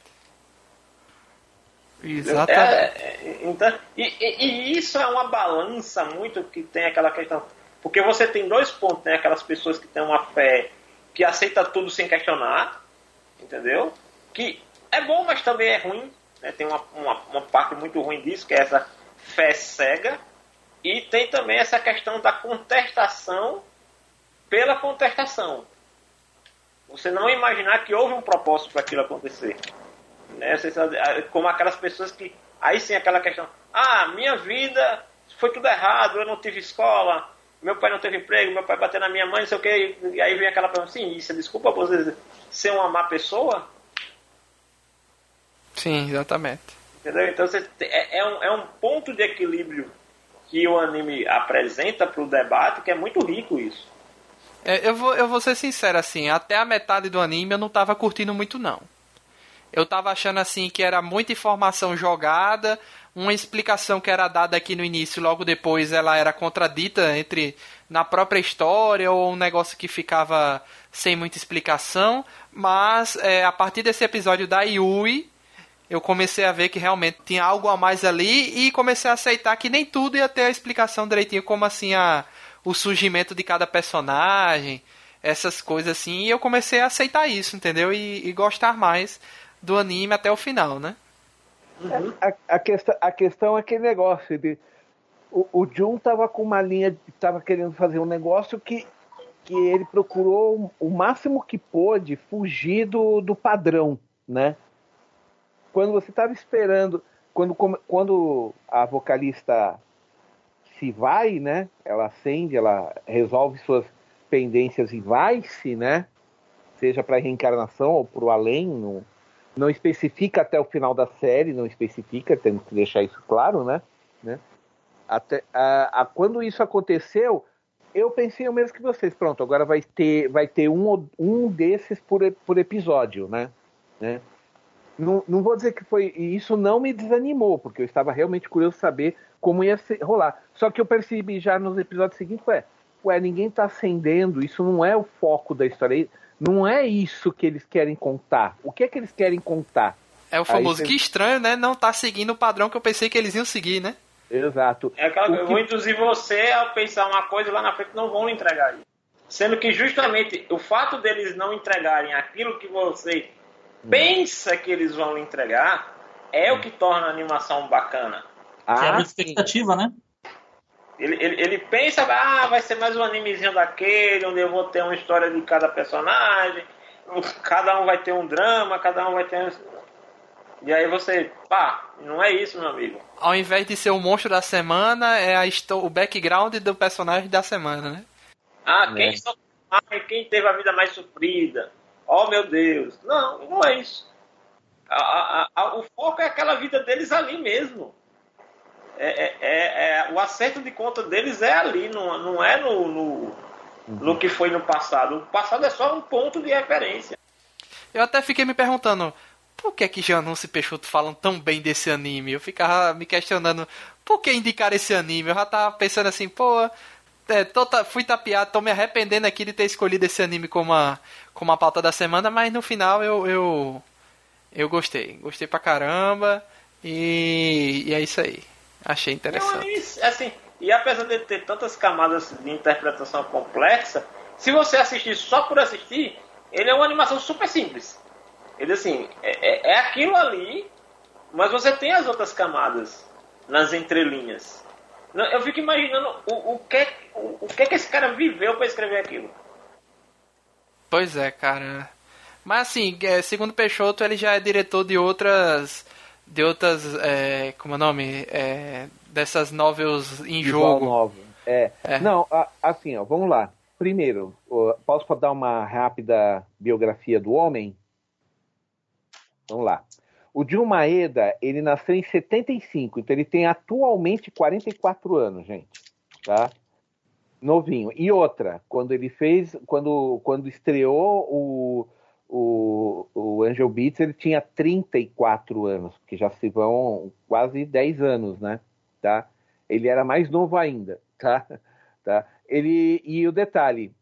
Então, e isso é uma balança muito que tem aquela questão. Porque você tem dois pontos, né? Aquelas pessoas que têm uma fé que aceita tudo sem questionar, entendeu? Que é bom, mas também é ruim, né? Tem uma parte muito ruim disso, que é essa fé cega. E tem também essa questão da contestação pela contestação. Você não imaginar que houve um propósito para aquilo acontecer. Né? Como aquelas pessoas que... Aí sim, aquela questão... minha vida foi tudo errado, eu não tive escola, meu pai não teve emprego, meu pai bateu na minha mãe, não sei o quê. E aí vem aquela pergunta, sim, isso desculpa você ser uma má pessoa? Sim, exatamente. Entendeu? Então é um ponto de equilíbrio que o anime apresenta para o debate, que é muito rico isso. Eu vou ser sincero, assim, até a metade do anime eu não tava curtindo muito, não. Eu tava achando, assim, que era muita informação jogada, uma explicação que era dada aqui no início, logo depois ela era contradita na própria história, ou um negócio que ficava sem muita explicação, mas a partir desse episódio da Yui, eu comecei a ver que realmente tinha algo a mais ali e comecei a aceitar que nem tudo ia ter a explicação direitinho, como assim o surgimento de cada personagem, essas coisas assim, e eu comecei a aceitar isso, entendeu? E gostar mais do anime até o final, né? Uhum. A questão é aquele negócio de o Jun tava com uma linha, tava querendo fazer um negócio que ele procurou o máximo que pôde fugir do padrão, né? Quando você estava esperando, quando a vocalista se vai, né? Ela acende, ela resolve suas pendências e vai-se, né? Seja para reencarnação ou para o além, não especifica até o final da série, não especifica, temos que deixar isso claro, né? Até quando isso aconteceu, eu pensei o mesmo que vocês. Pronto, agora vai ter um desses por episódio, né? Não vou dizer que foi... E isso não me desanimou, porque eu estava realmente curioso de saber como ia rolar. Só que eu percebi já nos episódios seguintes, ninguém está acendendo, isso não é o foco da história, não é isso que eles querem contar. O que é que eles querem contar? É o famoso, que estranho, né? Não tá seguindo o padrão que eu pensei que eles iam seguir, né? Exato. Eu vou induzir você a pensar uma coisa e lá na frente não vão lhe entregar isso. Sendo que justamente o fato deles não entregarem aquilo que você pensa que eles vão lhe entregar é o que torna a animação bacana. É a expectativa, né? Ele pensa, vai ser mais um animezinho daquele, onde eu vou ter uma história de cada personagem, cada um vai ter um drama, cada um vai ter... E aí você, não é isso, meu amigo. Ao invés de ser o monstro da semana, o background do personagem da semana, né? Quem teve a vida mais sofrida? Oh, meu Deus. Não é isso. O foco é aquela vida deles ali mesmo. O acerto de conta deles é ali, não é no que foi no passado. O passado é só um ponto de referência. Eu até fiquei me perguntando, por que Janus e Peixoto falam tão bem desse anime? Eu ficava me questionando, por que indicar esse anime? Eu já tava pensando assim, fui tapeado, tô me arrependendo aqui de ter escolhido esse anime como a pauta da semana, mas no final eu gostei. Gostei pra caramba e é isso aí. Achei interessante. Assim, e apesar de ter tantas camadas de interpretação complexa, se você assistir só por assistir, ele é uma animação super simples. Ele assim, é aquilo ali, mas você tem as outras camadas nas entrelinhas. Eu fico imaginando o que esse cara viveu para escrever aquilo. Pois é, cara. Mas assim, segundo Peixoto, ele já é diretor de outras como é o nome? Dessas novels em jogo. Novel. Não, assim, ó, vamos lá. Primeiro, posso dar uma rápida biografia do homem? Vamos lá. O Jun Maeda, ele nasceu em 75, então ele tem atualmente 44 anos, gente. Tá? Novinho. E outra, quando estreou o Angel Beats, ele tinha 34 anos, que já se vão quase 10 anos, né? Tá? Ele era mais novo ainda, tá? E o detalhe,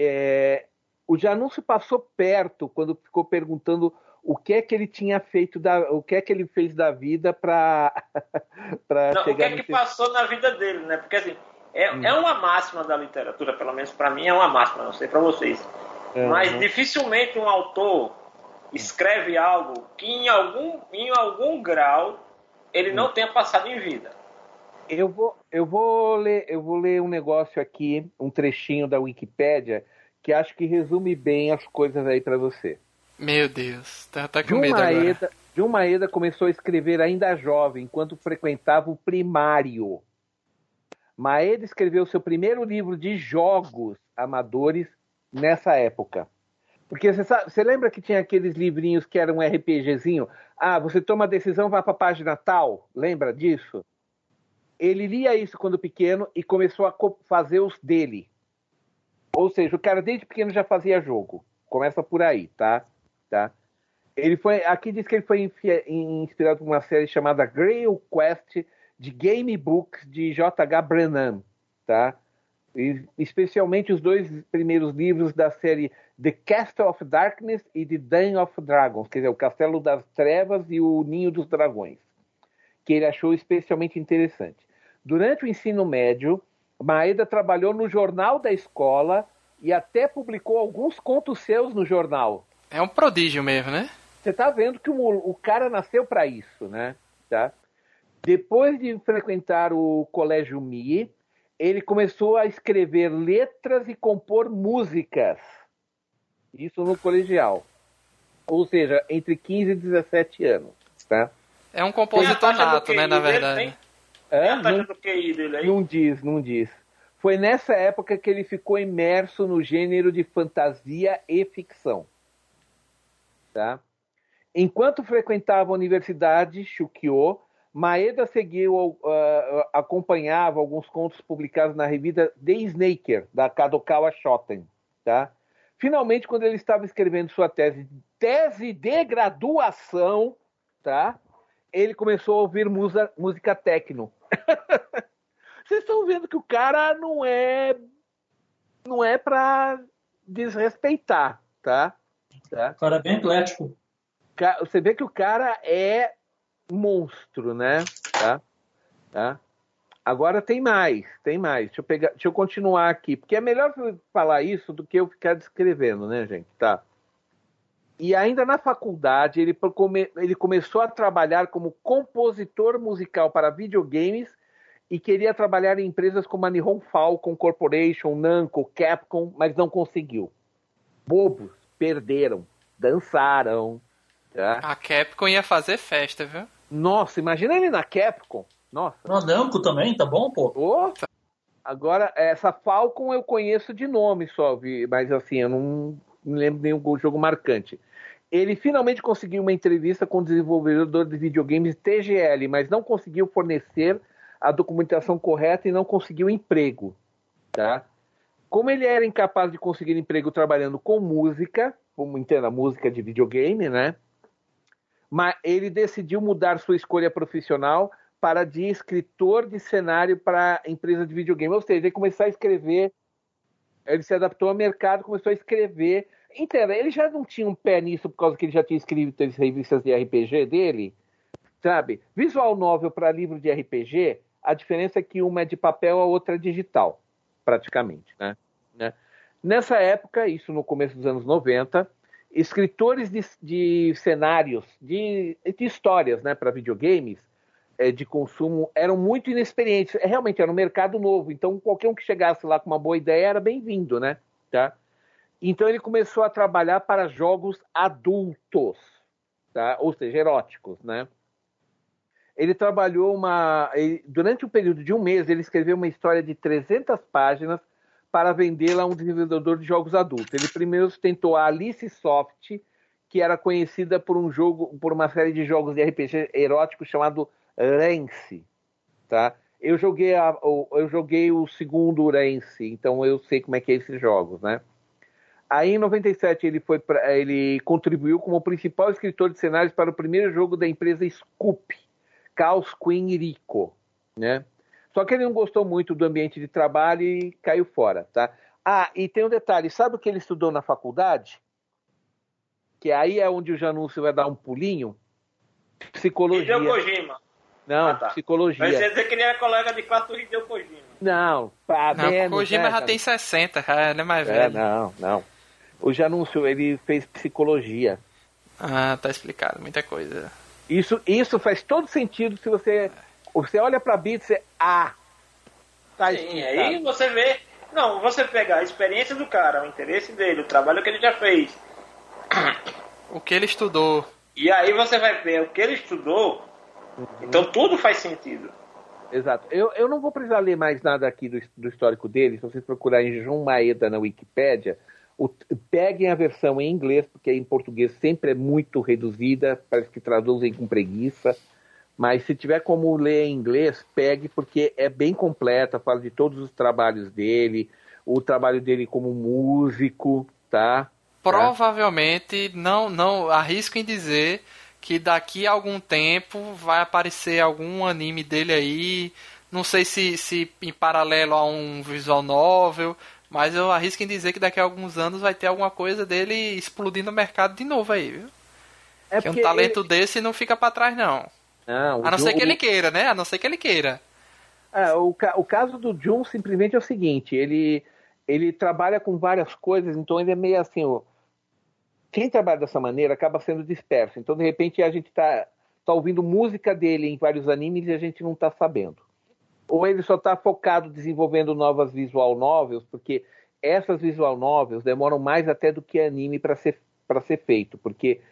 o Janu se passou perto quando ficou perguntando o que é que ele tinha feito, o que é que ele fez da vida para chegar. O que é que passou na vida dele, né? Porque assim, é uma máxima da literatura, pelo menos para mim é uma máxima, não sei para vocês. Mas dificilmente um autor escreve algo que em algum grau ele não tenha passado em vida. Eu vou ler um negócio aqui, um trechinho da Wikipédia, que acho que resume bem as coisas aí para você. Meu Deus, tá com medo agora. Jun Maeda começou a escrever ainda jovem, enquanto frequentava o primário. Maeda escreveu seu primeiro livro de jogos amadores nessa época. Porque você lembra que tinha aqueles livrinhos que eram um RPGzinho? Você toma a decisão, vai para a página tal. Lembra disso? Ele lia isso quando pequeno e começou a fazer os dele. Ou seja, o cara desde pequeno já fazia jogo. Começa por aí, tá? Aqui diz que ele foi inspirado por uma série chamada Grail Quest de Game Books de J.H. Brennan, tá? E especialmente os 2 primeiros livros da série The Castle of Darkness e The Den of Dragons, quer dizer, o Castelo das Trevas e o Ninho dos Dragões, que ele achou especialmente interessante. Durante o ensino médio, Maeda trabalhou no jornal da escola e até publicou alguns contos seus no jornal. É um prodígio mesmo, né? Você tá vendo que o cara nasceu para isso, né? Tá? Depois de frequentar o Colégio Mi, ele começou a escrever letras e compor músicas. Isso no colegial. Ou seja, entre 15 e 17 anos. Tá? É um compositor nato, né, na verdade. Não diz. Foi nessa época que ele ficou imerso no gênero de fantasia e ficção. Tá? Enquanto frequentava a Universidade Shukyo, Maeda acompanhava alguns contos publicados na revista The Snaker, da Kadokawa Shoten. Tá? Finalmente, quando ele estava escrevendo sua tese de graduação, tá? Ele começou a ouvir música techno. Vocês estão vendo que o cara não é para desrespeitar, tá? O cara é bem eclético. Você vê que o cara é monstro, né? Tá? Agora tem mais. Deixa eu continuar aqui, porque é melhor falar isso do que eu ficar descrevendo, né, gente? Tá. E ainda na faculdade, ele começou a trabalhar como compositor musical para videogames e queria trabalhar em empresas como a Nihon Falcon Corporation, Namco, Capcom, mas não conseguiu. Bobos, perderam, dançaram. Tá? A Capcom ia fazer festa, viu? Nossa, imagina ele na Capcom. Nossa. Na Namco também, tá bom, pô? Agora, essa Falcon eu conheço de nome só, mas assim, eu não me lembro nenhum jogo marcante. Ele finalmente conseguiu uma entrevista com o desenvolvedor de videogames TGL, mas não conseguiu fornecer a documentação correta e não conseguiu emprego. Tá? Como ele era incapaz de conseguir emprego trabalhando com música, como entenda, música de videogame, né? Mas ele decidiu mudar sua escolha profissional para de escritor de cenário para empresa de videogame. Ou seja, ele começou a escrever, ele se adaptou ao mercado, começou a escrever. Entenda, ele já não tinha um pé nisso por causa que ele já tinha escrito as revistas de RPG dele, sabe? Visual novel para livro de RPG, a diferença é que uma é de papel, a outra é digital, praticamente, né? Nessa época, isso no começo dos anos 90, escritores de cenários, de histórias, né, para videogames, de consumo, eram muito inexperientes. Realmente era um mercado novo, então qualquer um que chegasse lá com uma boa ideia era bem-vindo, né? Tá? Então ele começou a trabalhar para jogos adultos, tá? Ou seja, eróticos, né? Ele trabalhou durante um período de um mês, ele escreveu uma história de 300 páginas para vendê-la a um desenvolvedor de jogos adultos. Ele primeiro tentou a Alice Soft, que era conhecida por uma série de jogos de RPG eróticos chamado Rance, tá? Eu joguei o segundo Rance, então eu sei como é que é esses jogos, né? Aí em 97 ele contribuiu como principal escritor de cenários para o primeiro jogo da empresa Scoop, Chaos Queen Rico, né? Só que ele não gostou muito do ambiente de trabalho e caiu fora, tá? E tem um detalhe, sabe o que ele estudou na faculdade? Que aí é onde o Janúncio vai dar um pulinho? Psicologia. Hideo Kojima. Não, psicologia. Mas você dizer que ele era colega de classe do Hideo Kojima. Não, menos. Kojima já tem 60, ele é mais velho. Não. O Janúncio, ele fez psicologia. Tá explicado, muita coisa. Isso faz todo sentido se você olha pra Beats e tá sim, aí você vê. Não, você pega a experiência do cara, o interesse dele, o trabalho que ele já fez. O que ele estudou. E aí você vai ver o que ele estudou, então tudo faz sentido. Exato. Eu não vou precisar ler mais nada aqui do histórico dele, se vocês procurarem Jun Maeda na Wikipédia, peguem a versão em inglês, porque em português sempre é muito reduzida, parece que traduzem com preguiça. Mas se tiver como ler em inglês, pegue, porque é bem completa, fala de todos os trabalhos dele, o trabalho dele como músico, tá? Provavelmente, não arrisco em dizer que daqui a algum tempo vai aparecer algum anime dele aí, não sei se em paralelo a um visual novel, mas eu arrisco em dizer que daqui a alguns anos vai ter alguma coisa dele explodindo no mercado de novo aí, viu? Que um talento desse não fica pra trás, não. A não ser que ele queira, né? A não ser que ele queira. O caso do Jun simplesmente é o seguinte, ele trabalha com várias coisas, então ele é meio assim, quem trabalha dessa maneira acaba sendo disperso. Então, de repente, a gente tá ouvindo música dele em vários animes e a gente não tá sabendo. Ou ele só tá focado desenvolvendo novas visual novels, porque essas visual novels demoram mais até do que anime para ser feito, porque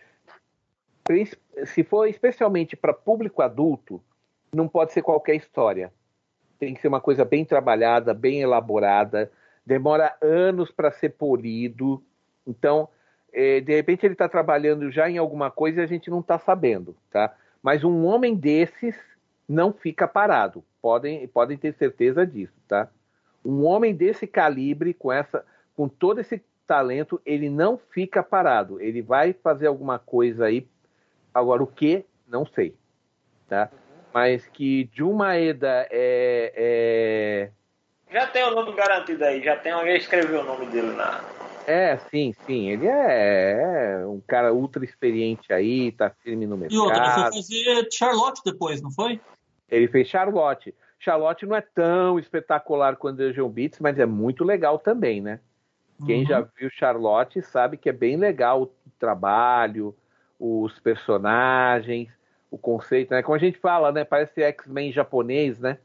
se for especialmente para público adulto, não pode ser qualquer história. Tem que ser uma coisa bem trabalhada, bem elaborada, demora anos para ser polido. Então, de repente ele está trabalhando já em alguma coisa e a gente não está sabendo, tá? Mas um homem desses não fica parado. Podem ter certeza disso, tá? Um homem desse calibre, com todo esse talento, ele não fica parado. Ele vai fazer alguma coisa aí. Agora, o que? Não sei. Tá? Mas que Jun Maeda Já tem o nome garantido aí. Já tem alguém que escreveu o nome dele na... Sim. Ele é um cara ultra experiente aí, tá firme no mercado. E outra, ele foi fazer Charlotte depois, não foi? Ele fez Charlotte. Charlotte não é tão espetacular quanto Angel Beats, mas é muito legal também, né? Quem já viu Charlotte sabe que é bem legal o trabalho, os personagens, o conceito, né? Como a gente fala, né? Parece X-Men japonês, né?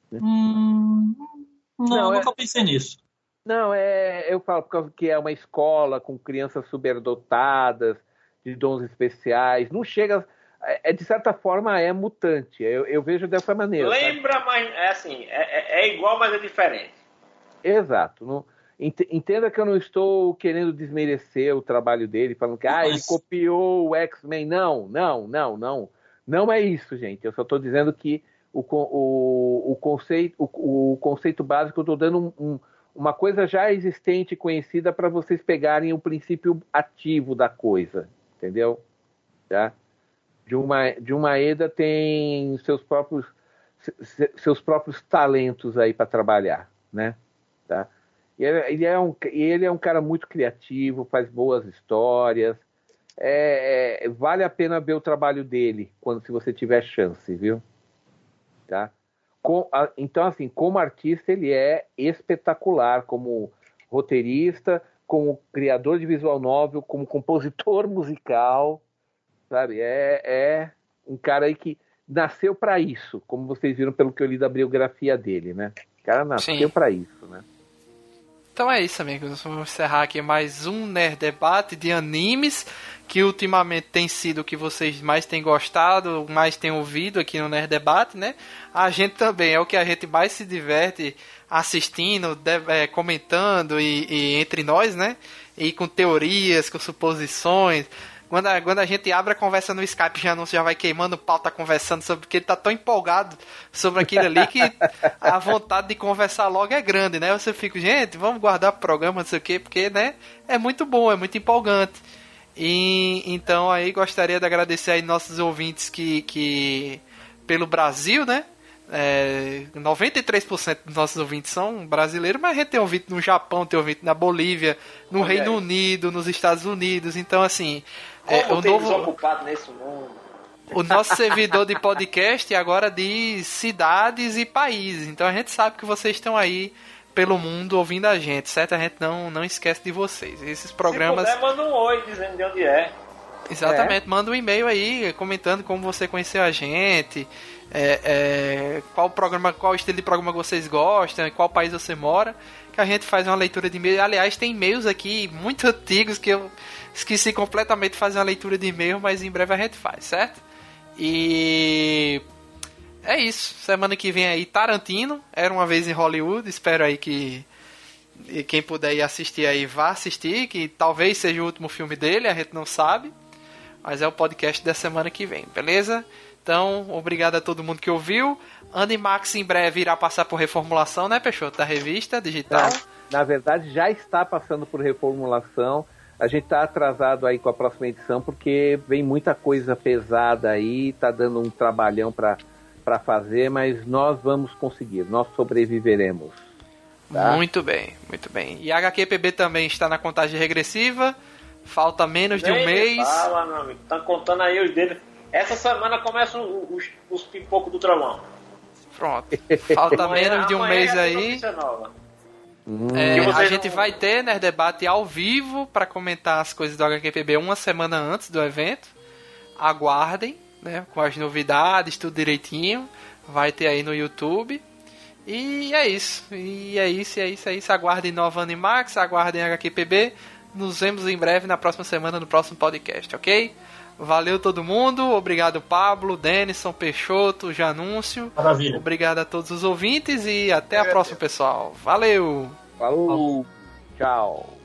Nunca pensei nisso. Não, eu falo por causa que é uma escola com crianças superdotadas, de dons especiais. Não chega... de certa forma, é mutante. Eu vejo dessa maneira. Lembra, sabe? Mas é assim, é igual, mas é diferente. Exato. Entenda que eu não estou querendo desmerecer o trabalho dele, falando que ele copiou o X-Men. Não. Não é isso, gente. Eu só estou dizendo que o conceito básico, eu estou dando uma coisa já existente, conhecida, para vocês pegarem o princípio ativo da coisa. Entendeu? Tá? Jun Maeda tem seus próprios seus próprios talentos aí para trabalhar, né? Tá? Ele é um cara muito criativo, faz boas histórias. Vale a pena ver o trabalho dele se você tiver chance, viu? Tá? Então, assim, como artista, ele é espetacular, como roteirista, como criador de visual novel, como compositor musical, sabe? É um cara aí que nasceu para isso, como vocês viram pelo que eu li da biografia dele, né? O cara nasceu para isso, né? Então é isso, amigos. Vamos encerrar aqui mais um Nerd Debate de animes, que ultimamente tem sido o que vocês mais têm gostado, mais têm ouvido aqui no Nerd Debate, né? A gente também é o que a gente mais se diverte assistindo, comentando e entre nós, né? E com teorias, com suposições. Quando a gente abre a conversa no Skype, já vai queimando o pau, tá conversando sobre, porque ele tá tão empolgado sobre aquilo ali que a vontade de conversar logo é grande, né? Você fica, gente, vamos guardar o programa, não sei o quê, porque, né, é muito bom, é muito empolgante. E então aí gostaria de agradecer aí nossos ouvintes que pelo Brasil, né? 93% dos nossos ouvintes são brasileiros, mas a gente tem ouvinte no Japão, tem ouvinte na Bolívia, no Reino Unido, nos Estados Unidos. Então, assim, como tem desocupado nesse mundo? O nosso servidor de podcast agora diz cidades e países. Então a gente sabe que vocês estão aí pelo mundo ouvindo a gente, certo? A gente não esquece de vocês. Esses programas... Se puder, manda um oi dizendo de onde é. Exatamente, manda um e-mail aí comentando como você conheceu a gente, qual estilo de programa vocês gostam, em qual país você mora, que a gente faz uma leitura de e-mail. Aliás, tem e-mails aqui muito antigos que eu esqueci completamente de fazer uma leitura de e-mail, mas em breve a gente faz, certo? E é isso. Semana que vem aí Tarantino, Era Uma Vez em Hollywood. Espero aí que quem puder ir assistir aí vá assistir, que talvez seja o último filme dele, a gente não sabe. Mas é o podcast da semana que vem, beleza? Então, obrigado a todo mundo que ouviu. Animax em breve irá passar por reformulação, né, Peixoto? Da revista digital. Na verdade, já está passando por reformulação. A gente está atrasado aí com a próxima edição, porque vem muita coisa pesada aí, tá dando um trabalhão para fazer, mas nós vamos conseguir, nós sobreviveremos. Tá? Muito bem, muito bem. E a HQPB também está na contagem regressiva. Falta menos de um mês. Fala, meu amigo. Tá contando aí os dedos. Essa semana começam os pipocos do trovão. Pronto. Falta menos de um mês aí. A gente vai ter, né, debate ao vivo para comentar as coisas do HQPB uma semana antes do evento. Aguardem, né, com as novidades, tudo direitinho. Vai ter aí no YouTube. E é isso. Aguardem Nova Animax, aguardem HQPB. Nos vemos em breve na próxima semana, no próximo podcast, ok? Valeu todo mundo, obrigado Pablo, Denison, Peixoto, Janúncio. Maravilha. Obrigado a todos os ouvintes e até a próxima, pessoal. Valeu! Falou! Tchau!